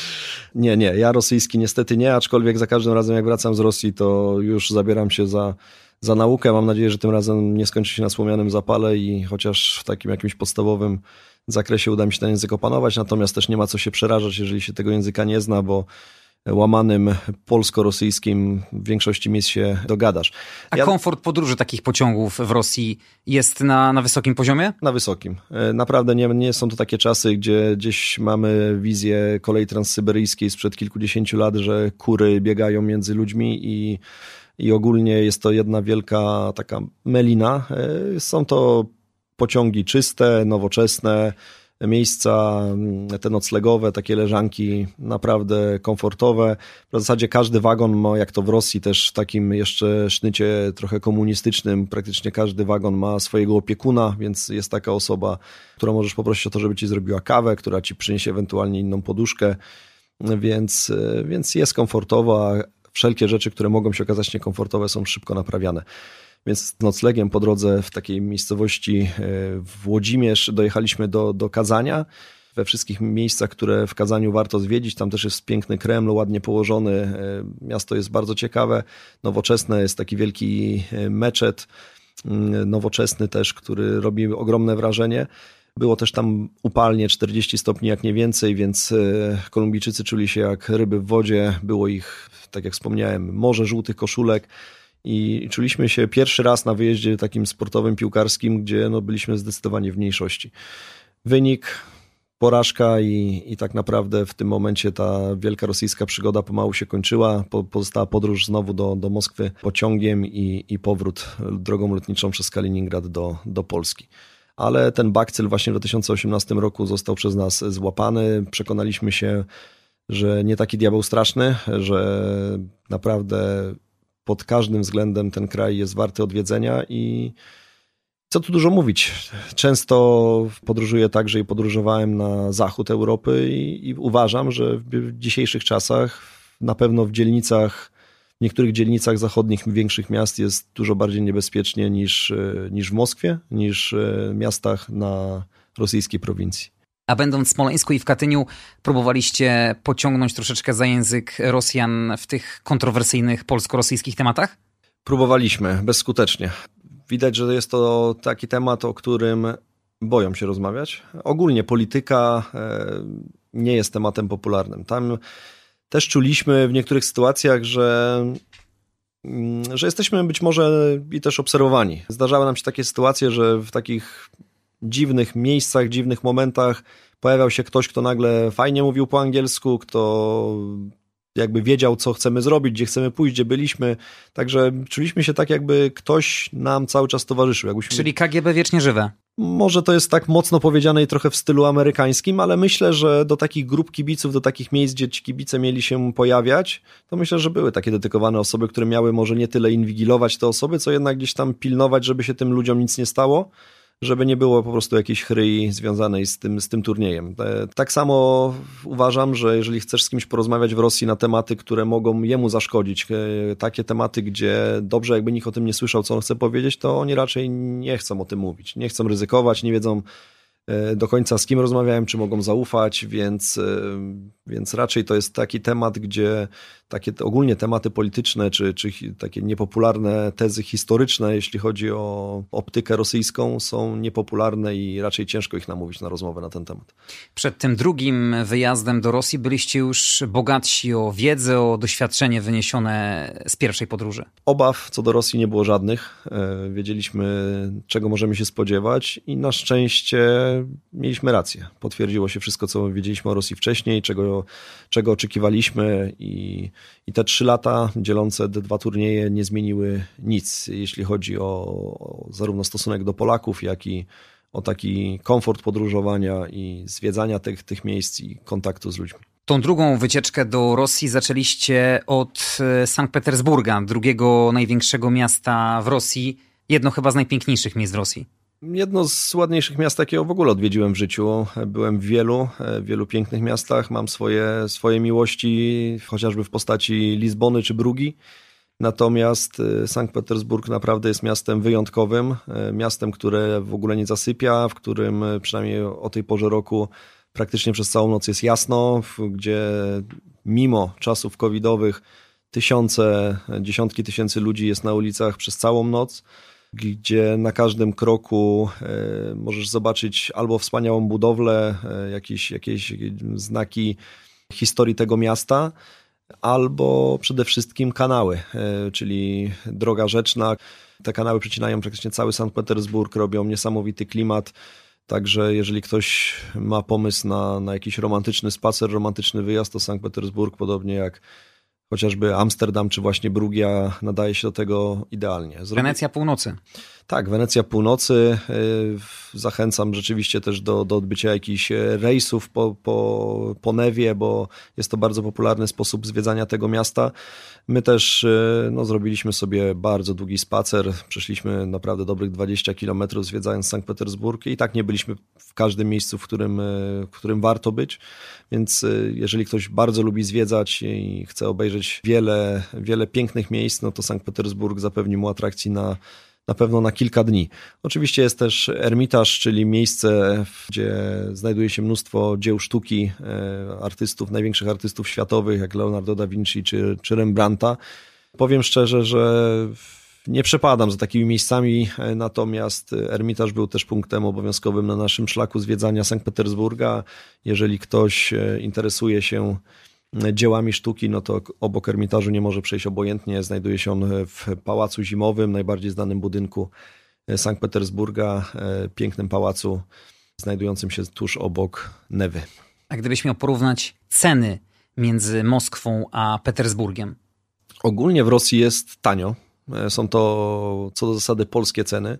nie, nie, ja rosyjski niestety nie, aczkolwiek za każdym razem jak wracam z Rosji, to już zabieram się za, za naukę. Mam nadzieję, że tym razem nie skończy się na słomianym zapale i chociaż w takim jakimś podstawowym zakresie uda mi się ten język opanować, natomiast też nie ma co się przerażać, jeżeli się tego języka nie zna, bo łamanym polsko-rosyjskim w większości miejsc się dogadasz. A ja... komfort podróży takich pociągów w Rosji jest na, na wysokim poziomie? Na wysokim. Naprawdę nie, nie są to takie czasy, gdzie gdzieś mamy wizję kolei transsyberyjskiej sprzed kilkudziesięciu lat, że kury biegają między ludźmi i, i ogólnie jest to jedna wielka taka melina. Są to pociągi czyste, nowoczesne, miejsca te noclegowe, takie leżanki naprawdę komfortowe. W zasadzie każdy wagon ma, jak to w Rosji też w takim jeszcze sznycie trochę komunistycznym, praktycznie każdy wagon ma swojego opiekuna, więc jest taka osoba, którą możesz poprosić o to, żeby ci zrobiła kawę, która ci przyniesie ewentualnie inną poduszkę, więc, więc jest komfortowo, a wszelkie rzeczy, które mogą się okazać niekomfortowe, są szybko naprawiane. Więc z noclegiem po drodze w takiej miejscowości Włodzimierz dojechaliśmy do, do Kazania. We wszystkich miejscach, które w Kazaniu warto zwiedzić, tam też jest piękny Kreml, ładnie położony. Miasto jest bardzo ciekawe, nowoczesne, jest taki wielki meczet, nowoczesny też, który robi ogromne wrażenie. Było też tam upalnie, czterdzieści stopni jak nie więcej, więc Kolumbijczycy czuli się jak ryby w wodzie. Było ich, tak jak wspomniałem, morze żółtych koszulek. I czuliśmy się pierwszy raz na wyjeździe takim sportowym, piłkarskim, gdzie no byliśmy zdecydowanie w mniejszości. Wynik, porażka i, i tak naprawdę w tym momencie ta wielka rosyjska przygoda pomału się kończyła. Po, pozostała podróż znowu do, do Moskwy pociągiem i, i powrót drogą lotniczą przez Kaliningrad do, do Polski. Ale ten bakcyl właśnie w dwa tysiące osiemnastym roku został przez nas złapany. Przekonaliśmy się, że nie taki diabeł straszny, że naprawdę pod każdym względem ten kraj jest warty odwiedzenia i co tu dużo mówić. Często podróżuję także i podróżowałem na zachód Europy i, i uważam, że w dzisiejszych czasach na pewno w dzielnicach, w niektórych dzielnicach zachodnich większych miast jest dużo bardziej niebezpiecznie niż, niż w Moskwie, niż w miastach na rosyjskiej prowincji. A będąc w Smoleńsku i w Katyniu, próbowaliście pociągnąć troszeczkę za język Rosjan w tych kontrowersyjnych polsko-rosyjskich tematach? Próbowaliśmy, bezskutecznie. Widać, że jest to taki temat, o którym boją się rozmawiać. Ogólnie polityka nie jest tematem popularnym. Tam też czuliśmy w niektórych sytuacjach, że, że jesteśmy być może i też obserwowani. Zdarzały nam się takie sytuacje, że w takich dziwnych miejscach, dziwnych momentach pojawiał się ktoś, kto nagle fajnie mówił po angielsku, kto jakby wiedział, co chcemy zrobić, gdzie chcemy pójść, gdzie byliśmy. Także czuliśmy się tak, jakby ktoś nam cały czas towarzyszył. Jakbyśmy... Czyli K G B wiecznie żywe. Może to jest tak mocno powiedziane i trochę w stylu amerykańskim, ale myślę, że do takich grup kibiców, do takich miejsc, gdzie ci kibice mieli się pojawiać, to myślę, że były takie dedykowane osoby, które miały może nie tyle inwigilować te osoby, co jednak gdzieś tam pilnować, żeby się tym ludziom nic nie stało. żeby nie było po prostu jakiejś chryi związanej z tym, z tym turniejem. Tak samo uważam, że jeżeli chcesz z kimś porozmawiać w Rosji na tematy, które mogą jemu zaszkodzić, takie tematy, gdzie dobrze jakby nikt o tym nie słyszał, co on chce powiedzieć, to oni raczej nie chcą o tym mówić. Nie chcą ryzykować, nie wiedzą do końca z kim rozmawiałem, czy mogą zaufać, więc, więc raczej to jest taki temat, gdzie takie ogólnie tematy polityczne, czy, czy takie niepopularne tezy historyczne, jeśli chodzi o optykę rosyjską, są niepopularne i raczej ciężko ich namówić na rozmowę na ten temat. Przed tym drugim wyjazdem do Rosji byliście już bogatsi o wiedzę, o doświadczenie wyniesione z pierwszej podróży. Obaw co do Rosji nie było żadnych. Wiedzieliśmy, czego możemy się spodziewać i na szczęście mieliśmy rację. Potwierdziło się wszystko, co wiedzieliśmy o Rosji wcześniej, czego, czego oczekiwaliśmy i, i te trzy lata dzielące te dwa turnieje nie zmieniły nic, jeśli chodzi o, o zarówno stosunek do Polaków, jak i o taki komfort podróżowania i zwiedzania tych, tych miejsc i kontaktu z ludźmi. Tą drugą wycieczkę do Rosji zaczęliście od Sankt Petersburga, drugiego największego miasta w Rosji, jedno chyba z najpiękniejszych miejsc w Rosji. Jedno z ładniejszych miast, jakiego w ogóle odwiedziłem w życiu. Byłem w wielu, w wielu pięknych miastach. Mam swoje, swoje miłości, chociażby w postaci Lizbony czy Brugi. Natomiast Sankt Petersburg naprawdę jest miastem wyjątkowym. Miastem, które w ogóle nie zasypia, w którym przynajmniej o tej porze roku praktycznie przez całą noc jest jasno, gdzie mimo czasów covidowych tysiące, dziesiątki tysięcy ludzi jest na ulicach przez całą noc, gdzie na każdym kroku możesz zobaczyć albo wspaniałą budowlę, jakieś, jakieś znaki historii tego miasta, albo przede wszystkim kanały, czyli droga rzeczna. Te kanały przecinają praktycznie cały Sankt Petersburg, robią niesamowity klimat. Także jeżeli ktoś ma pomysł na, na jakiś romantyczny spacer, romantyczny wyjazd, to Sankt Petersburg, podobnie jak chociażby Amsterdam czy właśnie Brugia, nadaje się do tego idealnie. Zrobi... Wenecja Północy. Tak, Wenecja Północy. Zachęcam rzeczywiście też do, do odbycia jakichś rejsów po, po, po Newie, bo jest to bardzo popularny sposób zwiedzania tego miasta. My też no, zrobiliśmy sobie bardzo długi spacer. Przeszliśmy naprawdę dobrych dwadzieścia kilometrów zwiedzając Sankt Petersburg i tak nie byliśmy w każdym miejscu, w którym, w którym warto być. Więc jeżeli ktoś bardzo lubi zwiedzać i chce obejrzeć wiele, wiele pięknych miejsc, no to Sankt Petersburg zapewni mu atrakcji na na pewno na kilka dni. Oczywiście jest też Ermitaż, czyli miejsce, gdzie znajduje się mnóstwo dzieł sztuki artystów, największych artystów światowych, jak Leonardo da Vinci czy, czy Rembrandta. Powiem szczerze, że nie przepadam za takimi miejscami, natomiast Ermitaż był też punktem obowiązkowym na naszym szlaku zwiedzania Sankt Petersburga. Jeżeli ktoś interesuje się dziełami sztuki, no to obok Ermitażu nie może przejść obojętnie. Znajduje się on w Pałacu Zimowym, najbardziej znanym budynku Sankt Petersburga, pięknym pałacu znajdującym się tuż obok Newy. A gdybyś miał porównać ceny między Moskwą a Petersburgiem? Ogólnie w Rosji jest tanio. Są to co do zasady polskie ceny.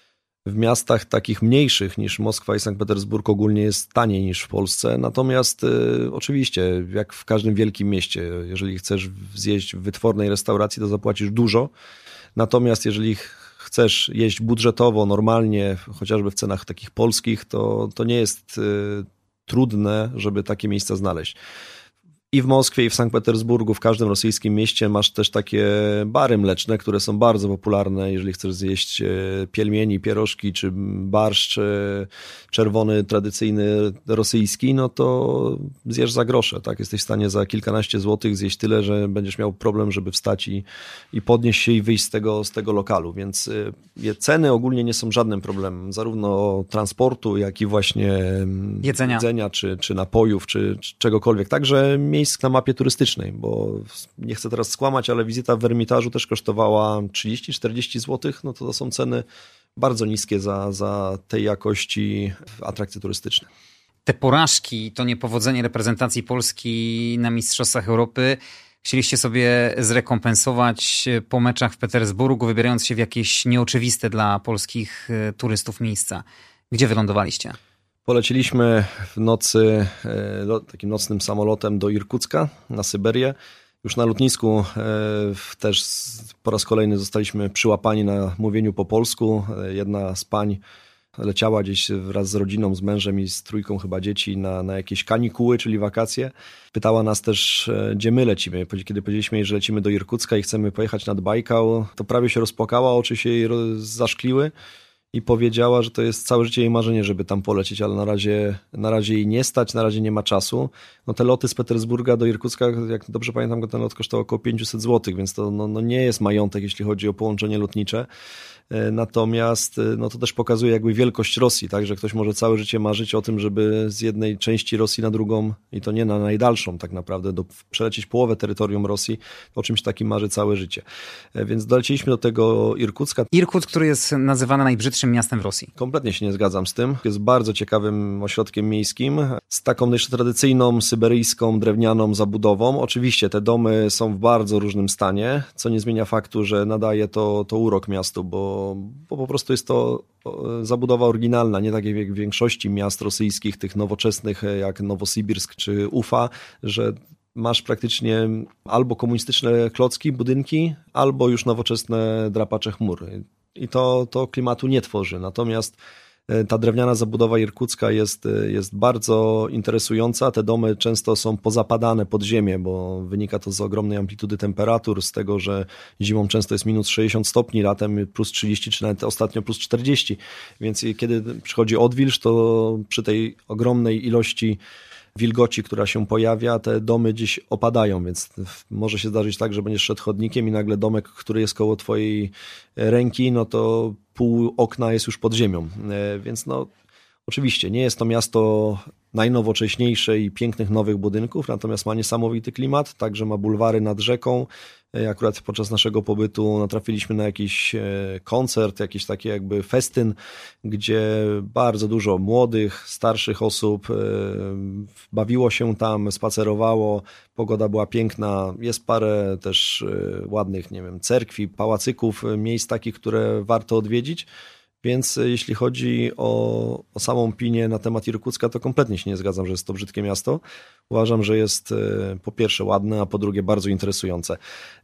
W miastach takich mniejszych niż Moskwa i Sankt Petersburg ogólnie jest taniej niż w Polsce. Natomiast y, oczywiście, jak w każdym wielkim mieście, jeżeli chcesz zjeść w wytwornej restauracji, to zapłacisz dużo. Natomiast jeżeli chcesz jeść budżetowo, normalnie, chociażby w cenach takich polskich, to, to nie jest y, trudne, żeby takie miejsca znaleźć. I w Moskwie, i w Sankt Petersburgu, w każdym rosyjskim mieście masz też takie bary mleczne, które są bardzo popularne. Jeżeli chcesz zjeść pielmieni, pierożki, czy barszcz czerwony, tradycyjny rosyjski, no to zjesz za grosze. Tak? Jesteś w stanie za kilkanaście złotych zjeść tyle, że będziesz miał problem, żeby wstać i, i podnieść się i wyjść z tego, z tego lokalu. Więc ceny ogólnie nie są żadnym problemem. Zarówno transportu, jak i właśnie jedzenia, jedzenia czy, czy napojów, czy, czy czegokolwiek. Także miejsc na mapie turystycznej, bo nie chcę teraz skłamać, ale wizyta w Ermitażu też kosztowała trzydzieści czterdzieści złotych, no to, to są ceny bardzo niskie za, za tej jakości atrakcje turystyczne. Te porażki, to niepowodzenie reprezentacji Polski na Mistrzostwach Europy chcieliście sobie zrekompensować po meczach w Petersburgu, wybierając się w jakieś nieoczywiste dla polskich turystów miejsca. Gdzie wylądowaliście? Poleciliśmy w nocy takim nocnym samolotem do Irkucka na Syberię. Już na lotnisku też po raz kolejny zostaliśmy przyłapani na mówieniu po polsku. Jedna z pań leciała gdzieś wraz z rodziną, z mężem i z trójką chyba dzieci na, na jakieś kanikuły, czyli wakacje. Pytała nas też, gdzie my lecimy. Kiedy powiedzieliśmy jej, że lecimy do Irkucka i chcemy pojechać nad Bajkał, to prawie się rozpłakała, oczy się jej zaszkliły i powiedziała, że to jest całe życie jej marzenie, żeby tam polecieć, ale na razie, na razie jej nie stać, na razie nie ma czasu. No te loty z Petersburga do Irkucka, jak dobrze pamiętam, ten lot kosztował około pięćset złotych, więc to no, no nie jest majątek, jeśli chodzi o połączenie lotnicze. Natomiast no to też pokazuje jakby wielkość Rosji, tak, że ktoś może całe życie marzyć o tym, żeby z jednej części Rosji na drugą, i to nie na najdalszą tak naprawdę, do, przelecieć połowę terytorium Rosji, o czymś takim marzy całe życie. Więc doleciliśmy do tego Irkucka. Irkutsk, który jest nazywany najbrzydszym miastem w Rosji. Kompletnie się nie zgadzam z tym. Jest bardzo ciekawym ośrodkiem miejskim, z taką jeszcze tradycyjną, syberyjską, drewnianą zabudową. Oczywiście te domy są w bardzo różnym stanie, co nie zmienia faktu, że nadaje to, to urok miastu, bo bo po prostu jest to zabudowa oryginalna, nie tak jak w większości miast rosyjskich, tych nowoczesnych jak Nowosybirsk czy Ufa, że masz praktycznie albo komunistyczne klocki, budynki, albo już nowoczesne drapacze chmur. I to, to klimatu nie tworzy. Natomiast ta drewniana zabudowa Irkucka jest, jest bardzo interesująca. Te domy często są pozapadane pod ziemię, bo wynika to z ogromnej amplitudy temperatur, z tego, że zimą często jest minus sześćdziesiąt stopni, latem plus trzydzieści, czy nawet ostatnio plus czterdzieści. Więc kiedy przychodzi odwilż, to przy tej ogromnej ilości wilgoci, która się pojawia, te domy gdzieś opadają, więc może się zdarzyć tak, że będziesz szedł chodnikiem i nagle domek, który jest koło twojej ręki, no to pół okna jest już pod ziemią. Więc no oczywiście nie jest to miasto najnowocześniejsze i pięknych nowych budynków, natomiast ma niesamowity klimat, także ma bulwary nad rzeką. Akurat podczas naszego pobytu natrafiliśmy na jakiś koncert, jakiś taki jakby festyn, gdzie bardzo dużo młodych, starszych osób bawiło się tam, spacerowało, pogoda była piękna, jest parę też ładnych, nie wiem, cerkwi, pałacyków, miejsc takich, które warto odwiedzić. Więc jeśli chodzi o, o samą opinię na temat Irkucka, to kompletnie się nie zgadzam, że jest to brzydkie miasto. Uważam, że jest po pierwsze ładne, a po drugie bardzo interesujące.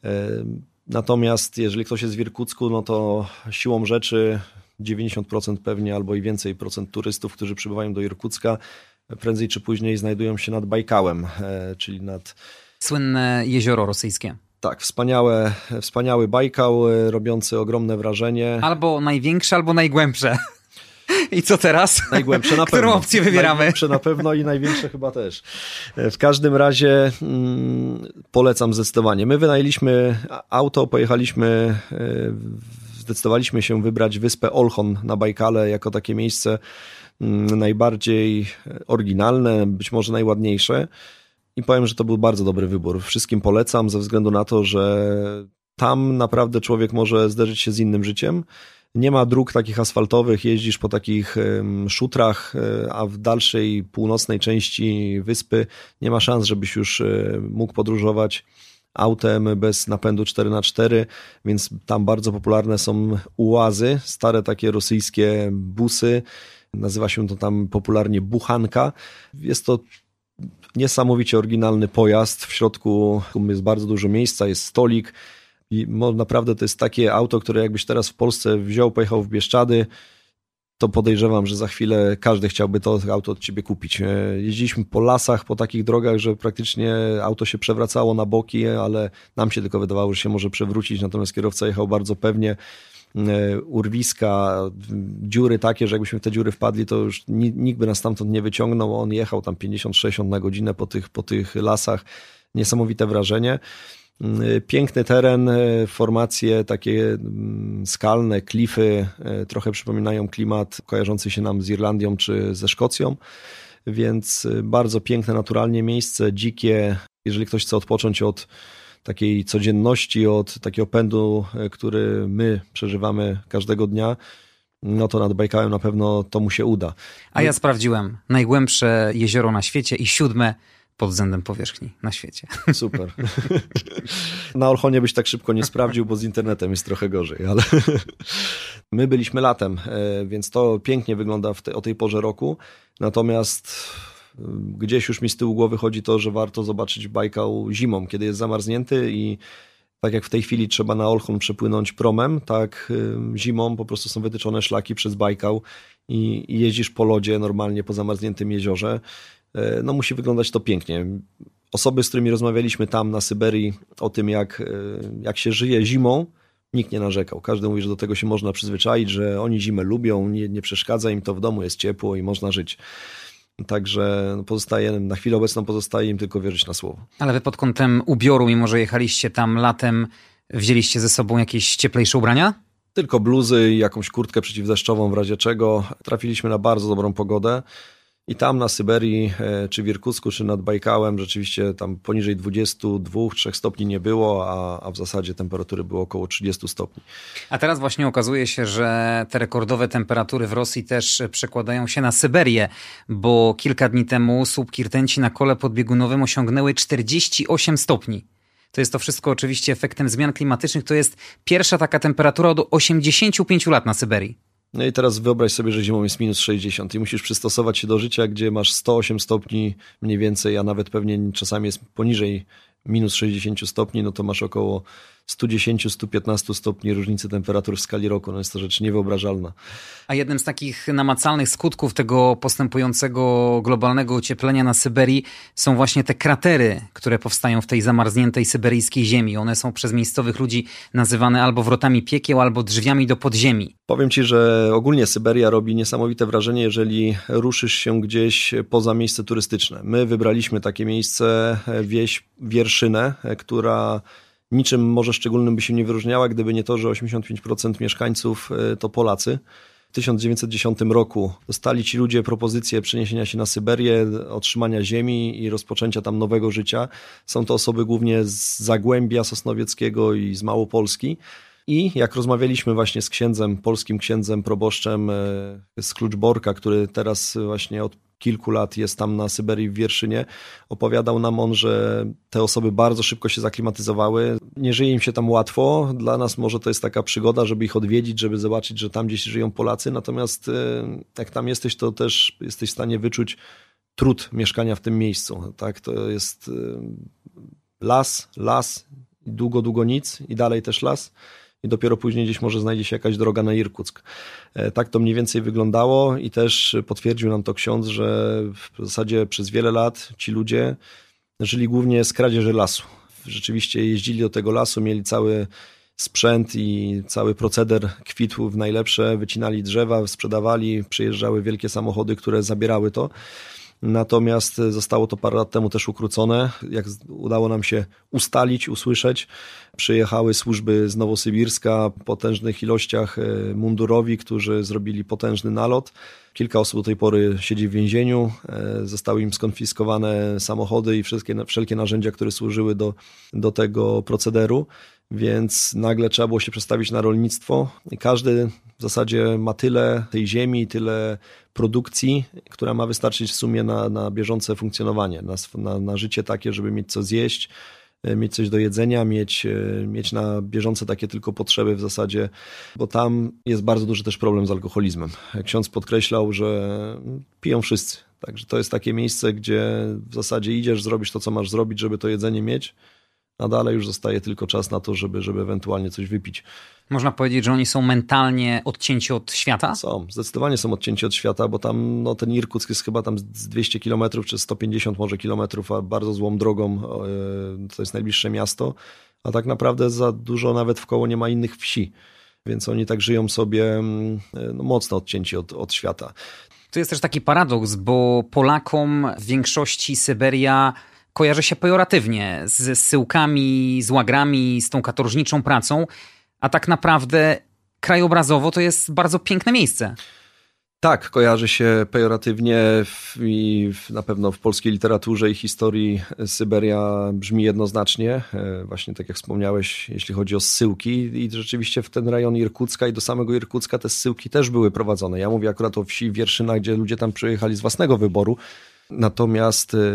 Natomiast jeżeli ktoś jest w Irkucku, no to siłą rzeczy dziewięćdziesiąt procent pewnie albo i więcej procent turystów, którzy przybywają do Irkucka, prędzej czy później znajdują się nad Bajkałem, czyli nad... Słynne jezioro rosyjskie. Tak, wspaniałe, wspaniały Bajkał, robiący ogromne wrażenie. Albo największe, albo najgłębsze. I co teraz? Najgłębsze na pewno. Którą opcję wybieramy? Najgłębsze na pewno i największe chyba też. W każdym razie mm, polecam zdecydowanie. My wynajęliśmy auto, pojechaliśmy, zdecydowaliśmy się wybrać wyspę Olchon na Bajkale jako takie miejsce mm, najbardziej oryginalne, być może najładniejsze. I powiem, że to był bardzo dobry wybór. Wszystkim polecam ze względu na to, że tam naprawdę człowiek może zderzyć się z innym życiem. Nie ma dróg takich asfaltowych, jeździsz po takich szutrach, a w dalszej północnej części wyspy nie ma szans, żebyś już mógł podróżować autem bez napędu cztery na cztery, więc tam bardzo popularne są ułazy, stare takie rosyjskie busy. Nazywa się to tam popularnie buchanka. Jest to niesamowicie oryginalny pojazd. W środku jest bardzo dużo miejsca, jest stolik i naprawdę to jest takie auto, które jakbyś teraz w Polsce wziął, pojechał w Bieszczady, to podejrzewam, że za chwilę każdy chciałby to auto od ciebie kupić. Jeździliśmy po lasach, po takich drogach, że praktycznie auto się przewracało na boki, ale nam się tylko wydawało, że się może przewrócić, natomiast kierowca jechał bardzo pewnie. Urwiska, dziury takie, że jakbyśmy w te dziury wpadli, to już nikt by nas stamtąd nie wyciągnął. On jechał tam pięćdziesiąt sześćdziesiąt na godzinę po tych, po tych lasach. Niesamowite wrażenie. Piękny teren, formacje takie skalne, klify, trochę przypominają klimat kojarzący się nam z Irlandią czy ze Szkocją, więc bardzo piękne naturalnie miejsce, dzikie. Jeżeli ktoś chce odpocząć od takiej codzienności, od takiego pędu, który my przeżywamy każdego dnia, no to nad Bajkałem na pewno to mu się uda. A ja sprawdziłem. Najgłębsze jezioro na świecie i siódme pod względem powierzchni na świecie. Super. Na Olchonie byś tak szybko nie sprawdził, bo z internetem jest trochę gorzej, ale my byliśmy latem, więc to pięknie wygląda w te, o tej porze roku. Natomiast gdzieś już mi z tyłu głowy chodzi to, że warto zobaczyć Bajkał zimą, kiedy jest zamarznięty i Tak jak w tej chwili trzeba na Olchon przepłynąć promem, tak zimą po prostu są wytyczone szlaki przez Bajkał i, i jeździsz po lodzie normalnie po zamarzniętym jeziorze. No musi wyglądać to pięknie. Osoby, z którymi rozmawialiśmy tam na Syberii o tym, jak, jak się żyje zimą, nikt nie narzekał. Każdy mówi, że do tego się można przyzwyczaić, że oni zimę lubią, nie, nie przeszkadza im to, w domu jest ciepło i można żyć. Także pozostaje, na chwilę obecną pozostaje im tylko wierzyć na słowo. Ale wy pod kątem ubioru, mimo że jechaliście tam latem, wzięliście ze sobą jakieś cieplejsze ubrania? Tylko bluzy i jakąś kurtkę przeciwdeszczową w razie czego. Trafiliśmy na bardzo dobrą pogodę. I tam na Syberii, czy w Irkucku, czy nad Bajkałem rzeczywiście tam poniżej dwudziestu dwóch do trzech stopni nie było, a, a w zasadzie temperatury było około trzydziestu stopni. A teraz właśnie okazuje się, że te rekordowe temperatury w Rosji też przekładają się na Syberię, bo kilka dni temu słupki rtęci na kole podbiegunowym osiągnęły czterdzieści osiem stopni. To jest to wszystko oczywiście efektem zmian klimatycznych. To jest pierwsza taka temperatura od osiemdziesięciu pięciu lat na Syberii. No i teraz wyobraź sobie, że zimą jest minus sześćdziesiąt i musisz przystosować się do życia, gdzie masz sto osiem stopni mniej więcej, a nawet pewnie czasami jest poniżej minus sześćdziesiąt stopni, no to masz około sto dziesięć do stu piętnastu stopni różnicy temperatur w skali roku. No jest to rzecz niewyobrażalna. A jednym z takich namacalnych skutków tego postępującego globalnego ocieplenia na Syberii są właśnie te kratery, które powstają w tej zamarzniętej syberyjskiej ziemi. One są przez miejscowych ludzi nazywane albo wrotami piekieł, albo drzwiami do podziemi. Powiem ci, że ogólnie Syberia robi niesamowite wrażenie, jeżeli ruszysz się gdzieś poza miejsce turystyczne. My wybraliśmy takie miejsce, wieś Wierszynę, która niczym może szczególnym by się nie wyróżniała, gdyby nie to, że osiemdziesiąt pięć procent mieszkańców to Polacy. W tysiąc dziewięćset dziesiątym roku dostali ci ludzie propozycję przeniesienia się na Syberię, otrzymania ziemi i rozpoczęcia tam nowego życia. Są to osoby głównie z Zagłębia Sosnowieckiego i z Małopolski. I jak rozmawialiśmy właśnie z księdzem, polskim księdzem, proboszczem z Kluczborka, który teraz właśnie od kilku lat jest tam na Syberii w Wierszynie, opowiadał nam on, że te osoby bardzo szybko się zaklimatyzowały. Nie żyje im się tam łatwo. Dla nas może to jest taka przygoda, żeby ich odwiedzić, żeby zobaczyć, że tam gdzieś żyją Polacy. Natomiast jak tam jesteś, to też jesteś w stanie wyczuć trud mieszkania w tym miejscu. Tak? To jest las, las, długo, długo nic i dalej też las. I dopiero później gdzieś może znajdzie się jakaś droga na Irkuck. Tak to mniej więcej wyglądało i też potwierdził nam to ksiądz, że w zasadzie przez wiele lat ci ludzie żyli głównie z kradzieży lasu. Rzeczywiście jeździli do tego lasu, mieli cały sprzęt i cały proceder kwitł w najlepsze, wycinali drzewa, sprzedawali, przyjeżdżały wielkie samochody, które zabierały to. Natomiast zostało to parę lat temu też ukrócone. Jak udało nam się ustalić, usłyszeć, przyjechały służby z Nowosybirska w potężnych ilościach mundurowi, którzy zrobili potężny nalot. Kilka osób do tej pory siedzi w więzieniu. Zostały im skonfiskowane samochody i wszystkie, wszelkie narzędzia, które służyły do, do tego procederu. Więc nagle trzeba było się przestawić na rolnictwo i każdy w zasadzie ma tyle tej ziemi, tyle produkcji, która ma wystarczyć w sumie na, na bieżące funkcjonowanie, na, na, na życie takie, żeby mieć co zjeść, mieć coś do jedzenia, mieć, mieć na bieżące takie tylko potrzeby w zasadzie, bo tam jest bardzo duży też problem z alkoholizmem. Ksiądz podkreślał, że piją wszyscy, także to jest takie miejsce, gdzie w zasadzie idziesz, zrobisz to, co masz zrobić, żeby to jedzenie mieć, a dalej już zostaje tylko czas na to, żeby, żeby ewentualnie coś wypić. Można powiedzieć, że oni są mentalnie odcięci od świata? Są, zdecydowanie są odcięci od świata, bo tam no, ten Irkuck jest chyba tam z dwieście kilometrów czy sto pięćdziesiąt może kilometrów, a bardzo złą drogą to jest najbliższe miasto, a tak naprawdę za dużo nawet wkoło nie ma innych wsi, więc oni tak żyją sobie no, mocno odcięci od, od świata. To jest też taki paradoks, bo Polakom w większości Syberia kojarzy się pejoratywnie z zsyłkami, z łagrami, z tą katorżniczą pracą, a tak naprawdę krajobrazowo to jest bardzo piękne miejsce. Tak, kojarzy się pejoratywnie i na pewno w polskiej literaturze i historii Syberia brzmi jednoznacznie. Właśnie tak jak wspomniałeś, jeśli chodzi o zsyłki i rzeczywiście w ten rejon Irkucka i do samego Irkucka te zsyłki też były prowadzone. Ja mówię akurat o wsi Wierszyna, gdzie ludzie tam przyjechali z własnego wyboru. Natomiast y,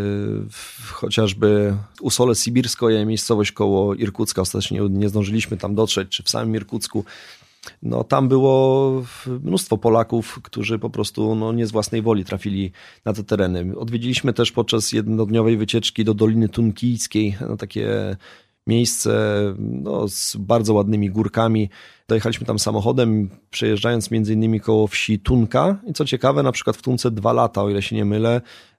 chociażby Usole Sibirsko, miejscowość koło Irkucka, ostatecznie nie, nie zdążyliśmy tam dotrzeć, czy w samym Irkucku, no tam było mnóstwo Polaków, którzy po prostu no, nie z własnej woli trafili na te tereny. Odwiedziliśmy też podczas jednodniowej wycieczki do Doliny Tunkijskiej, no, takie miejsce no, z bardzo ładnymi górkami. Dojechaliśmy tam samochodem, przejeżdżając między innymi koło wsi Tunka i co ciekawe, na przykład w Tunce dwa lata, o ile się nie mylę,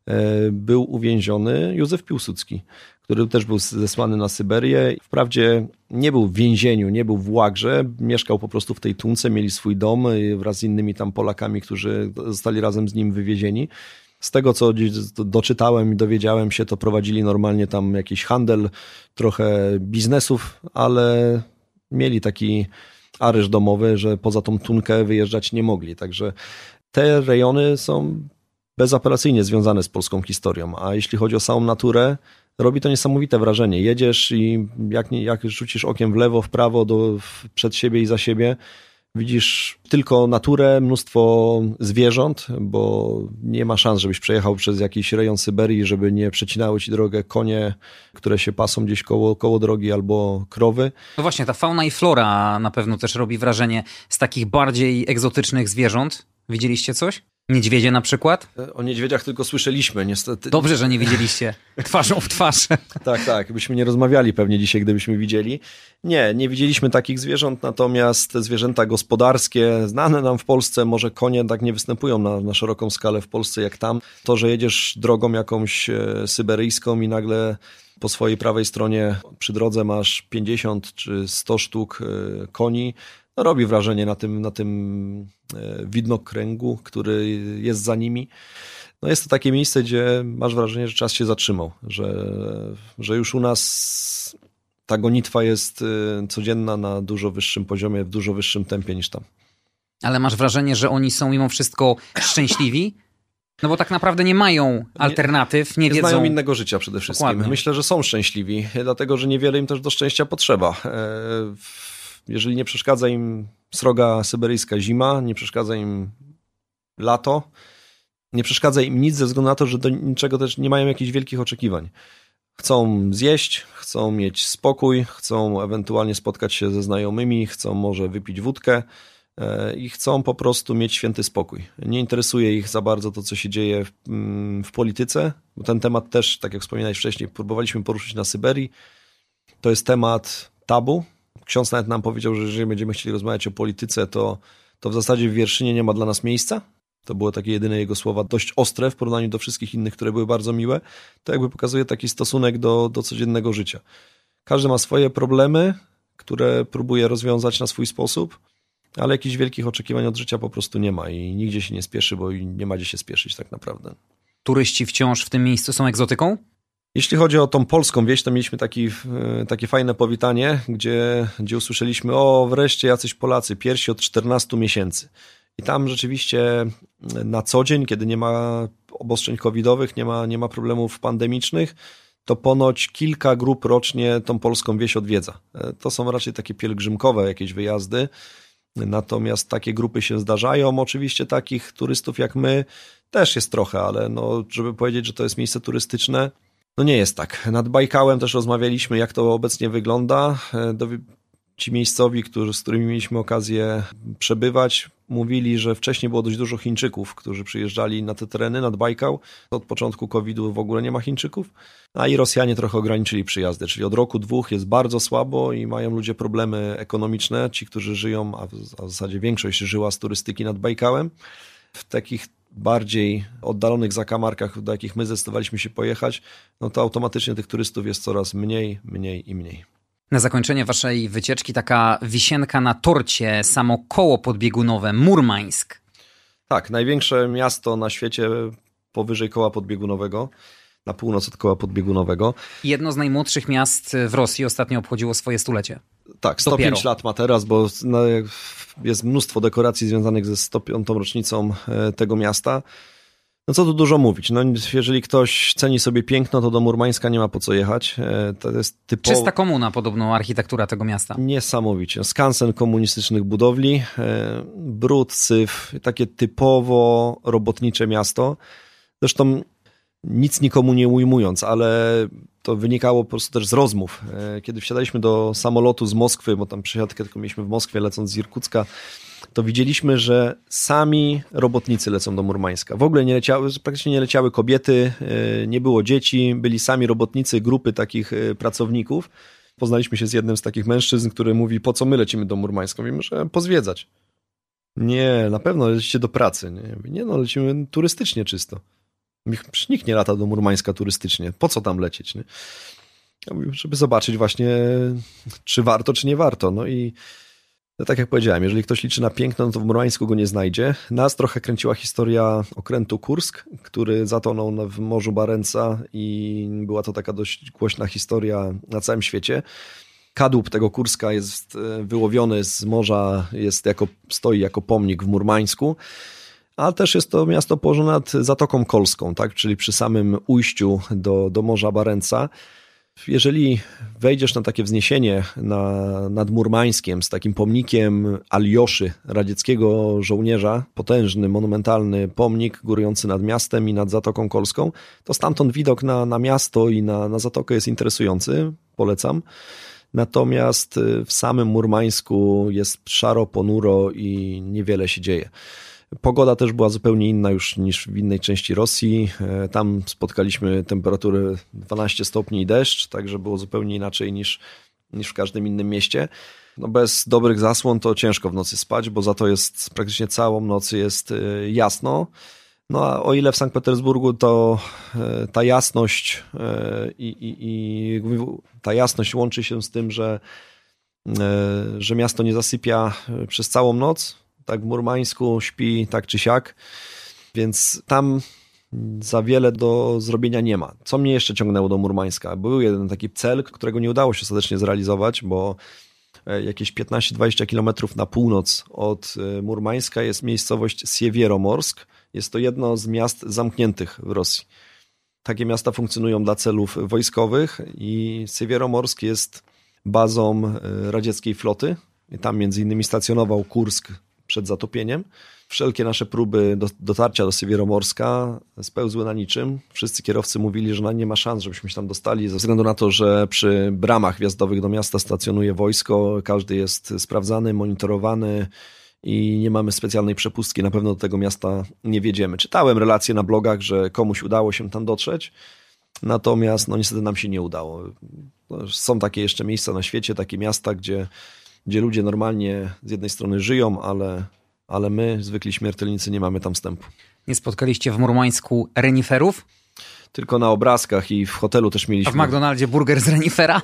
był uwięziony Józef Piłsudski, który też był zesłany na Syberię. Wprawdzie nie był w więzieniu, nie był w łagrze, mieszkał po prostu w tej Tunce, mieli swój dom wraz z innymi tam Polakami, którzy zostali razem z nim wywiezieni. Z tego, co doczytałem i dowiedziałem się, to prowadzili normalnie tam jakiś handel, trochę biznesów, ale mieli taki areszt domowy, że poza tą Tunkę wyjeżdżać nie mogli. Także te rejony są bezapelacyjnie związane z polską historią, a jeśli chodzi o samą naturę, robi to niesamowite wrażenie. Jedziesz i jak, jak rzucisz okiem w lewo, w prawo, do, przed siebie i za siebie, widzisz tylko naturę, mnóstwo zwierząt, bo nie ma szans, żebyś przejechał przez jakiś rejon Syberii, żeby nie przecinały ci drogę konie, które się pasą gdzieś koło, koło drogi, albo krowy. No właśnie, ta fauna i flora na pewno też robi wrażenie z takich bardziej egzotycznych zwierząt. Widzieliście coś? Niedźwiedzie na przykład? O niedźwiedziach tylko słyszeliśmy, niestety. Dobrze, że nie widzieliście twarzą w twarz. Tak, tak. Byśmy nie rozmawiali pewnie dzisiaj, gdybyśmy widzieli. Nie, nie widzieliśmy takich zwierząt, natomiast zwierzęta gospodarskie, znane nam w Polsce, może konie tak nie występują na, na szeroką skalę w Polsce jak tam. To, że jedziesz drogą jakąś syberyjską i nagle po swojej prawej stronie przy drodze masz pięćdziesiąt czy sto sztuk koni, no robi wrażenie na tym, na tym widnokręgu, który jest za nimi. No jest to takie miejsce, gdzie masz wrażenie, że czas się zatrzymał, że, że już u nas ta gonitwa jest codzienna na dużo wyższym poziomie, w dużo wyższym tempie niż tam. Ale masz wrażenie, że oni są mimo wszystko szczęśliwi? No bo tak naprawdę nie mają alternatyw, nie, nie wiedzą... Nie znają innego życia przede wszystkim. Dokładnie. Myślę, że są szczęśliwi, dlatego że niewiele im też do szczęścia potrzeba. Jeżeli nie przeszkadza im sroga syberyjska zima, nie przeszkadza im lato, nie przeszkadza im nic ze względu na to, że do niczego też nie mają jakichś wielkich oczekiwań. Chcą zjeść, chcą mieć spokój, chcą ewentualnie spotkać się ze znajomymi, chcą może wypić wódkę i chcą po prostu mieć święty spokój. Nie interesuje ich za bardzo to, co się dzieje w, w polityce, bo ten temat też, tak jak wspominałeś wcześniej, próbowaliśmy poruszyć na Syberii. To jest temat tabu. Ksiądz nawet nam powiedział, że jeżeli będziemy chcieli rozmawiać o polityce, to, to w zasadzie w Wierszynie nie ma dla nas miejsca. To było takie jedyne jego słowa, dość ostre w porównaniu do wszystkich innych, które były bardzo miłe. To jakby pokazuje taki stosunek do, do codziennego życia. Każdy ma swoje problemy, które próbuje rozwiązać na swój sposób, ale jakichś wielkich oczekiwań od życia po prostu nie ma i nigdzie się nie spieszy, bo nie ma gdzie się spieszyć tak naprawdę. Turyści wciąż w tym miejscu są egzotyką? Jeśli chodzi o tą polską wieś, to mieliśmy taki, takie fajne powitanie, gdzie, gdzie usłyszeliśmy: o, wreszcie jacyś Polacy, pierwsi od czternastu miesięcy. I tam rzeczywiście na co dzień, kiedy nie ma obostrzeń covidowych, nie ma, nie ma problemów pandemicznych, to ponoć kilka grup rocznie tą polską wieś odwiedza. To są raczej takie pielgrzymkowe jakieś wyjazdy, natomiast takie grupy się zdarzają. Oczywiście takich turystów jak my też jest trochę, ale no, żeby powiedzieć, że to jest miejsce turystyczne, no nie jest tak. Nad Bajkałem też rozmawialiśmy, jak to obecnie wygląda. Ci miejscowi, którzy, z którymi mieliśmy okazję przebywać, mówili, że wcześniej było dość dużo Chińczyków, którzy przyjeżdżali na te tereny, nad Bajkał. Od początku kowida w ogóle nie ma Chińczyków, a i Rosjanie trochę ograniczyli przyjazdy, czyli od roku, dwóch jest bardzo słabo i mają ludzie problemy ekonomiczne, ci, którzy żyją, a w, a w zasadzie większość żyła z turystyki nad Bajkałem. W takich bardziej oddalonych zakamarkach, do jakich my zdecydowaliśmy się pojechać, no to automatycznie tych turystów jest coraz mniej, mniej i mniej. Na zakończenie waszej wycieczki taka wisienka na torcie, samo koło podbiegunowe, Murmańsk. Tak, największe miasto na świecie powyżej koła podbiegunowego, na północ od koła podbiegunowego. Jedno z najmłodszych miast w Rosji ostatnio obchodziło swoje stulecie. Tak, sto pięć Dopiero. lat ma teraz, bo jest mnóstwo dekoracji związanych ze sto piątą rocznicą tego miasta. No co tu dużo mówić, no jeżeli ktoś ceni sobie piękno, to do Murmańska nie ma po co jechać. To jest typowo... Czysta komuna podobno, architektura tego miasta. Niesamowicie. Skansen komunistycznych budowli, brud, syf, takie typowo robotnicze miasto. Zresztą nic nikomu nie ujmując, ale to wynikało po prostu też z rozmów. Kiedy wsiadaliśmy do samolotu z Moskwy, bo tam przesiadkę tylko mieliśmy w Moskwie, lecąc z Irkucka, to widzieliśmy, że sami robotnicy lecą do Murmańska. W ogóle nie leciały, praktycznie nie leciały kobiety, nie było dzieci, byli sami robotnicy, grupy takich pracowników. Poznaliśmy się z jednym z takich mężczyzn, który mówi, po co my lecimy do Murmańska? Mówimy, że pozwiedzać. Nie, na pewno lecicie do pracy. Nie, mówię, nie no, lecimy turystycznie czysto. Nikt nie lata do Murmańska turystycznie. Po co tam lecieć? Nie? Ja mówię, żeby zobaczyć właśnie, czy warto, czy nie warto. No i no tak jak powiedziałem, jeżeli ktoś liczy na piękno, no to w Murmańsku go nie znajdzie. Nas trochę kręciła historia okrętu Kursk, który zatonął w Morzu Barenca i była to taka dość głośna historia na całym świecie. Kadłub tego Kurska jest wyłowiony z morza, jest jako, stoi jako pomnik w Murmańsku, ale też jest to miasto położone nad Zatoką Kolską, tak? Czyli przy samym ujściu do, do Morza Barenca. Jeżeli wejdziesz na takie wzniesienie na, nad Murmańskiem z takim pomnikiem Alioszy, radzieckiego żołnierza, potężny, monumentalny pomnik górujący nad miastem i nad Zatoką Kolską, to stamtąd widok na, na miasto i na, na Zatokę jest interesujący, polecam. Natomiast w samym Murmańsku jest szaro, ponuro i niewiele się dzieje. Pogoda też była zupełnie inna już niż w innej części Rosji. Tam spotkaliśmy temperatury dwanaście stopni i deszcz, także było zupełnie inaczej niż, niż w każdym innym mieście. No bez dobrych zasłon to ciężko w nocy spać, bo za to jest praktycznie całą noc jest jasno. No a o ile w Sankt Petersburgu to ta jasność i, i, i ta jasność łączy się z tym, że, że miasto nie zasypia przez całą noc, tak w Murmańsku śpi tak czy siak, więc tam za wiele do zrobienia nie ma. Co mnie jeszcze ciągnęło do Murmańska? Był jeden taki cel, którego nie udało się ostatecznie zrealizować, bo jakieś piętnaście dwadzieścia kilometrów na północ od Murmańska jest miejscowość Siewieromorsk. Jest to jedno z miast zamkniętych w Rosji. Takie miasta funkcjonują dla celów wojskowych i Siewieromorsk jest bazą radzieckiej floty. I tam między innymi stacjonował Kursk przed zatopieniem. Wszelkie nasze próby do, dotarcia do Siewieromorska spełzły na niczym. Wszyscy kierowcy mówili, że nie ma szans, żebyśmy się tam dostali, ze względu na to, że przy bramach wjazdowych do miasta stacjonuje wojsko, każdy jest sprawdzany, monitorowany i nie mamy specjalnej przepustki. Na pewno do tego miasta nie wjedziemy. Czytałem relacje na blogach, że komuś udało się tam dotrzeć, natomiast no niestety nam się nie udało. Są takie jeszcze miejsca na świecie, takie miasta, gdzie gdzie ludzie normalnie z jednej strony żyją, ale, ale my, zwykli śmiertelnicy, nie mamy tam wstępu. Nie spotkaliście w Murmańsku reniferów? Tylko na obrazkach i w hotelu też mieliśmy. A w McDonaldzie burger z renifera?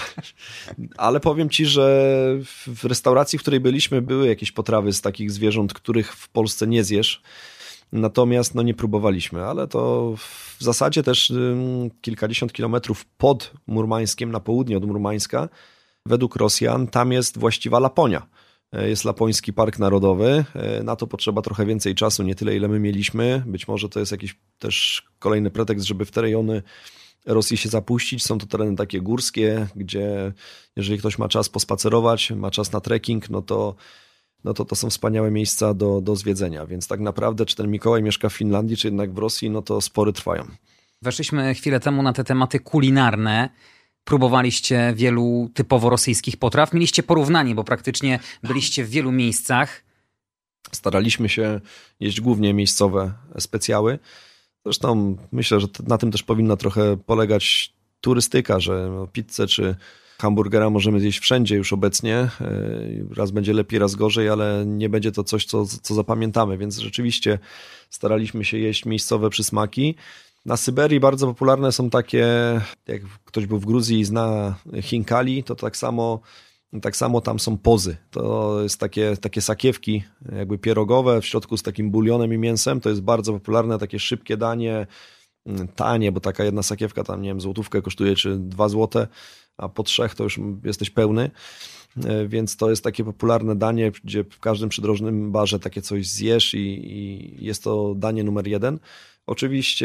Ale powiem ci, że w restauracji, w której byliśmy, były jakieś potrawy z takich zwierząt, których w Polsce nie zjesz. Natomiast no, nie próbowaliśmy, ale to w zasadzie też um, kilkadziesiąt kilometrów pod Murmańskiem, na południe od Murmańska, według Rosjan tam jest właściwa Laponia. Jest Lapoński Park Narodowy. Na to potrzeba trochę więcej czasu, nie tyle ile my mieliśmy. Być może to jest jakiś też kolejny pretekst, żeby w te rejony Rosji się zapuścić. Są to tereny takie górskie, gdzie jeżeli ktoś ma czas pospacerować, ma czas na trekking, no to, no to to są wspaniałe miejsca do, do zwiedzenia. Więc tak naprawdę, czy ten Mikołaj mieszka w Finlandii, czy jednak w Rosji, no to spory trwają. Weszliśmy chwilę temu na te tematy kulinarne. Próbowaliście wielu typowo rosyjskich potraw. Mieliście porównanie, bo praktycznie byliście w wielu miejscach. Staraliśmy się jeść głównie miejscowe specjały. Zresztą myślę, że na tym też powinna trochę polegać turystyka, że pizzę czy hamburgera możemy zjeść wszędzie już obecnie. Raz będzie lepiej, raz gorzej, ale nie będzie to coś, co, co zapamiętamy. Więc rzeczywiście staraliśmy się jeść miejscowe przysmaki. Na Syberii bardzo popularne są takie, jak ktoś był w Gruzji i zna chinkali, to tak samo, tak samo tam są pozy. To jest takie, takie sakiewki jakby pierogowe w środku z takim bulionem i mięsem. To jest bardzo popularne, takie szybkie danie, tanie, bo taka jedna sakiewka tam, nie wiem, złotówkę kosztuje czy dwa złote, a po trzech to już jesteś pełny. Więc to jest takie popularne danie, gdzie w każdym przydrożnym barze takie coś zjesz i, i jest to danie numer jeden. Oczywiście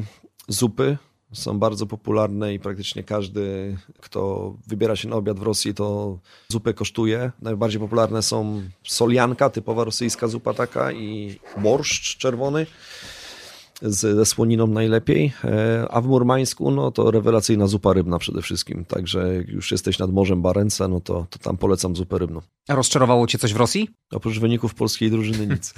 zupy są bardzo popularne i praktycznie każdy, kto wybiera się na obiad w Rosji, to zupę kosztuje. Najbardziej popularne są solianka, typowa rosyjska zupa taka, i borszcz czerwony z, ze słoniną najlepiej. A w Murmańsku no to rewelacyjna zupa rybna przede wszystkim. Także jak już jesteś nad Morzem Barenca, no to, to tam polecam zupę rybną. A rozczarowało cię coś w Rosji? Oprócz wyników polskiej drużyny nic.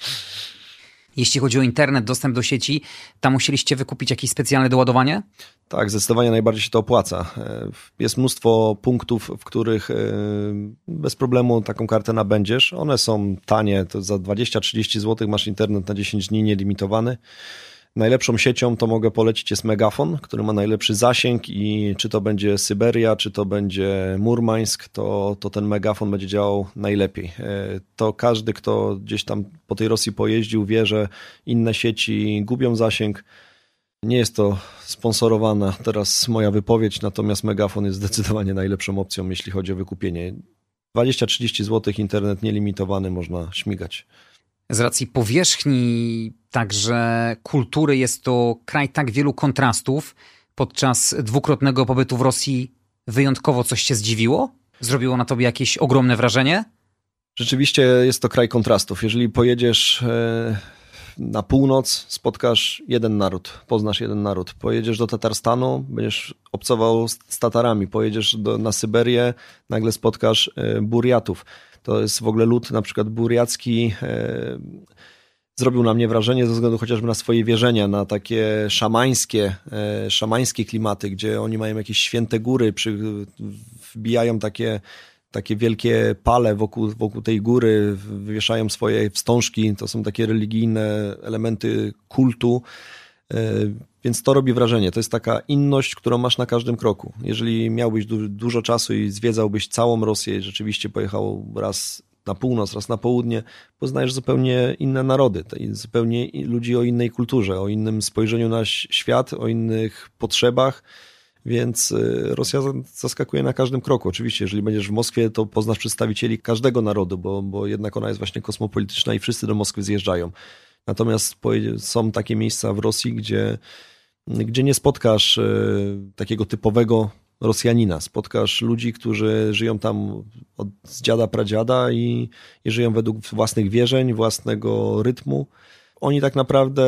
Jeśli chodzi o internet, dostęp do sieci, tam musieliście wykupić jakieś specjalne doładowanie? Tak, zdecydowanie najbardziej się to opłaca. Jest mnóstwo punktów, w których bez problemu taką kartę nabędziesz. One są tanie, to za dwadzieścia trzydzieści złotych masz internet na dziesięć dni nielimitowany. Najlepszą siecią to mogę polecić jest Megafon, który ma najlepszy zasięg i czy to będzie Syberia, czy to będzie Murmańsk, to, to ten Megafon będzie działał najlepiej. To każdy, kto gdzieś tam po tej Rosji pojeździł, wie, że inne sieci gubią zasięg. Nie jest to sponsorowana teraz moja wypowiedź, natomiast Megafon jest zdecydowanie najlepszą opcją, jeśli chodzi o wykupienie. dwadzieścia trzydzieści złotych internet nielimitowany, można śmigać. Z racji powierzchni, także kultury, jest to kraj tak wielu kontrastów. Podczas dwukrotnego pobytu w Rosji wyjątkowo coś cię zdziwiło? Zrobiło na tobie jakieś ogromne wrażenie? Rzeczywiście jest to kraj kontrastów. Jeżeli pojedziesz na północ, spotkasz jeden naród, poznasz jeden naród. Pojedziesz do Tatarstanu, będziesz obcował z Tatarami. Pojedziesz do, na Syberię, nagle spotkasz Buriatów. To jest w ogóle lud na przykład buriacki. E, zrobił na mnie wrażenie ze względu chociażby na swoje wierzenia, na takie szamańskie, e, szamańskie klimaty, gdzie oni mają jakieś święte góry, przy, wbijają takie, takie wielkie pale wokół, wokół tej góry, wywieszają swoje wstążki. To są takie religijne elementy kultu. Więc to robi wrażenie. To jest taka inność, którą masz na każdym kroku. Jeżeli miałbyś du- dużo czasu i zwiedzałbyś całą Rosję i rzeczywiście pojechał raz na północ, raz na południe, poznajesz zupełnie inne narody, zupełnie ludzi o innej kulturze, o innym spojrzeniu na świat, o innych potrzebach, więc Rosja zaskakuje na każdym kroku. Oczywiście, jeżeli będziesz w Moskwie, to poznasz przedstawicieli każdego narodu, bo, bo jednak ona jest właśnie kosmopolityczna i wszyscy do Moskwy zjeżdżają. Natomiast są takie miejsca w Rosji, gdzie, gdzie nie spotkasz takiego typowego Rosjanina. Spotkasz ludzi, którzy żyją tam od z dziada pradziada i, i żyją według własnych wierzeń, własnego rytmu. Oni tak naprawdę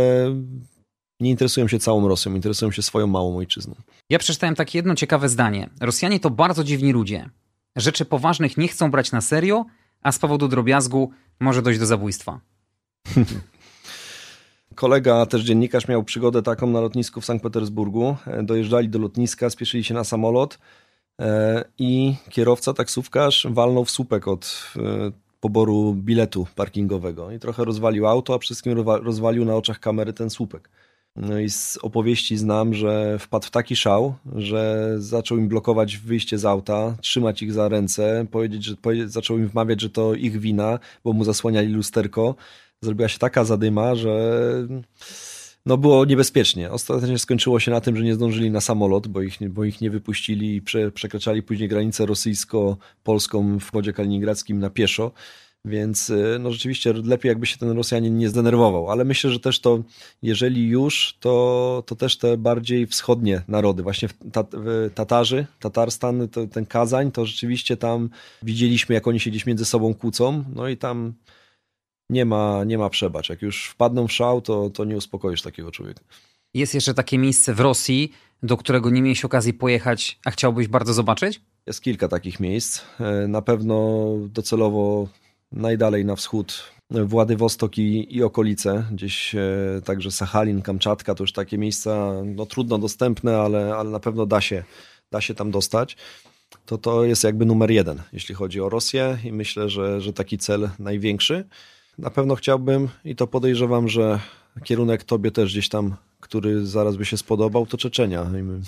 nie interesują się całą Rosją, interesują się swoją małą ojczyzną. Ja przeczytałem takie jedno ciekawe zdanie. Rosjanie to bardzo dziwni ludzie. Rzeczy poważnych nie chcą brać na serio, a z powodu drobiazgu może dojść do zabójstwa. Kolega, też dziennikarz, miał przygodę taką na lotnisku w Sankt Petersburgu. Dojeżdżali do lotniska, spieszyli się na samolot i kierowca, taksówkarz walnął w słupek od poboru biletu parkingowego i trochę rozwalił auto, a przede wszystkim rozwalił na oczach kamery ten słupek. No i z opowieści znam, że wpadł w taki szał, że zaczął im blokować wyjście z auta, trzymać ich za ręce, powiedzieć, że zaczął im wmawiać, że to ich wina, bo mu zasłaniali lusterko. Zrobiła się taka zadyma, że no było niebezpiecznie. Ostatecznie skończyło się na tym, że nie zdążyli na samolot, bo ich, bo ich nie wypuścili i prze, przekraczali później granicę rosyjsko-polską w wodzie kaliningradzkim na pieszo. Więc no rzeczywiście lepiej jakby się ten Rosjanin nie zdenerwował. Ale myślę, że też to, jeżeli już, to, to też te bardziej wschodnie narody, właśnie w w Tatarzy, Tatarstan, to, ten Kazań, to rzeczywiście tam widzieliśmy, jak oni się gdzieś między sobą kłócą. No i tam nie ma, nie ma przebacz. Jak już wpadną w szał, to, to nie uspokoisz takiego człowieka. Jest jeszcze takie miejsce w Rosji, do którego nie miałeś okazji pojechać, a chciałbyś bardzo zobaczyć? Jest kilka takich miejsc. Na pewno docelowo najdalej na wschód Władywostok i, i okolice. Gdzieś także Sachalin, Kamczatka, to już takie miejsca no, trudno dostępne, ale, ale na pewno da się, da się tam dostać. To to jest jakby numer jeden, jeśli chodzi o Rosję i myślę, że, że taki cel największy. Na pewno chciałbym i to podejrzewam, że kierunek tobie też gdzieś tam, który zaraz by się spodobał, to Czeczenia.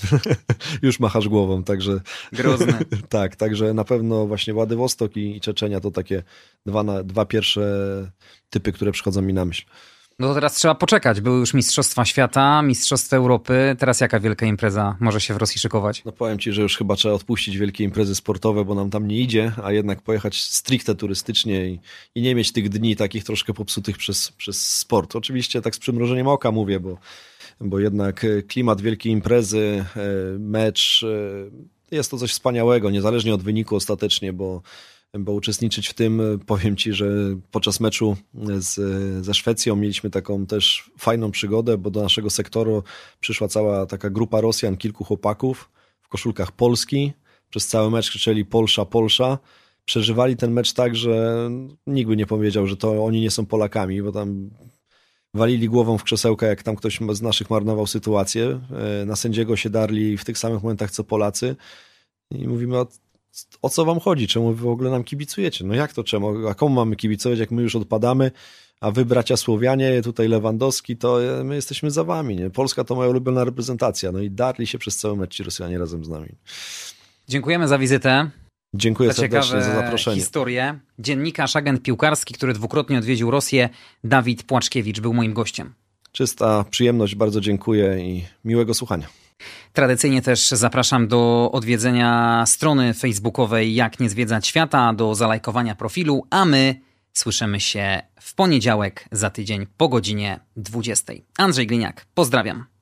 Już machasz głową, także... Grozne. Tak, także na pewno właśnie Władywostok i, i Czeczenia to takie dwa, na, dwa pierwsze typy, które przychodzą mi na myśl. No to teraz trzeba poczekać. Były już Mistrzostwa Świata, Mistrzostwa Europy. Teraz jaka wielka impreza może się w Rosji szykować? No powiem ci, że już chyba trzeba odpuścić wielkie imprezy sportowe, bo nam tam nie idzie, a jednak pojechać stricte turystycznie i, i nie mieć tych dni takich troszkę popsutych przez, przez sport. Oczywiście tak z przymrożeniem oka mówię, bo, bo jednak klimat wielkiej imprezy, mecz, jest to coś wspaniałego, niezależnie od wyniku ostatecznie, bo bo uczestniczyć w tym, powiem ci, że podczas meczu z, ze Szwecją mieliśmy taką też fajną przygodę, bo do naszego sektoru przyszła cała taka grupa Rosjan, kilku chłopaków w koszulkach Polski. Przez cały mecz krzyczeli Polsza, Polsza. Przeżywali ten mecz tak, że nikt by nie powiedział, że to oni nie są Polakami, bo tam walili głową w krzesełka, jak tam ktoś z naszych marnował sytuację. Na sędziego się darli w tych samych momentach, co Polacy. I mówimy, o, o co wam chodzi? Czemu wy w ogóle nam kibicujecie? No jak to czemu? A komu mamy kibicować, jak my już odpadamy? A wy, bracia Słowianie, tutaj Lewandowski, to my jesteśmy za wami. Nie? Polska to moja ulubiona reprezentacja. No i darli się przez cały mecz ci Rosjanie razem z nami. Dziękujemy za wizytę. Dziękuję za serdecznie za zaproszenie. Historię. Dziennikarz, agent piłkarski, który dwukrotnie odwiedził Rosję, Dawid Płaczkiewicz, był moim gościem. Czysta przyjemność, bardzo dziękuję i miłego słuchania. Tradycyjnie też zapraszam do odwiedzenia strony facebookowej Jak nie zwiedzać świata, do zalajkowania profilu, a my słyszymy się w poniedziałek za tydzień po godzinie dwudziestej. Andrzej Gliniak, pozdrawiam.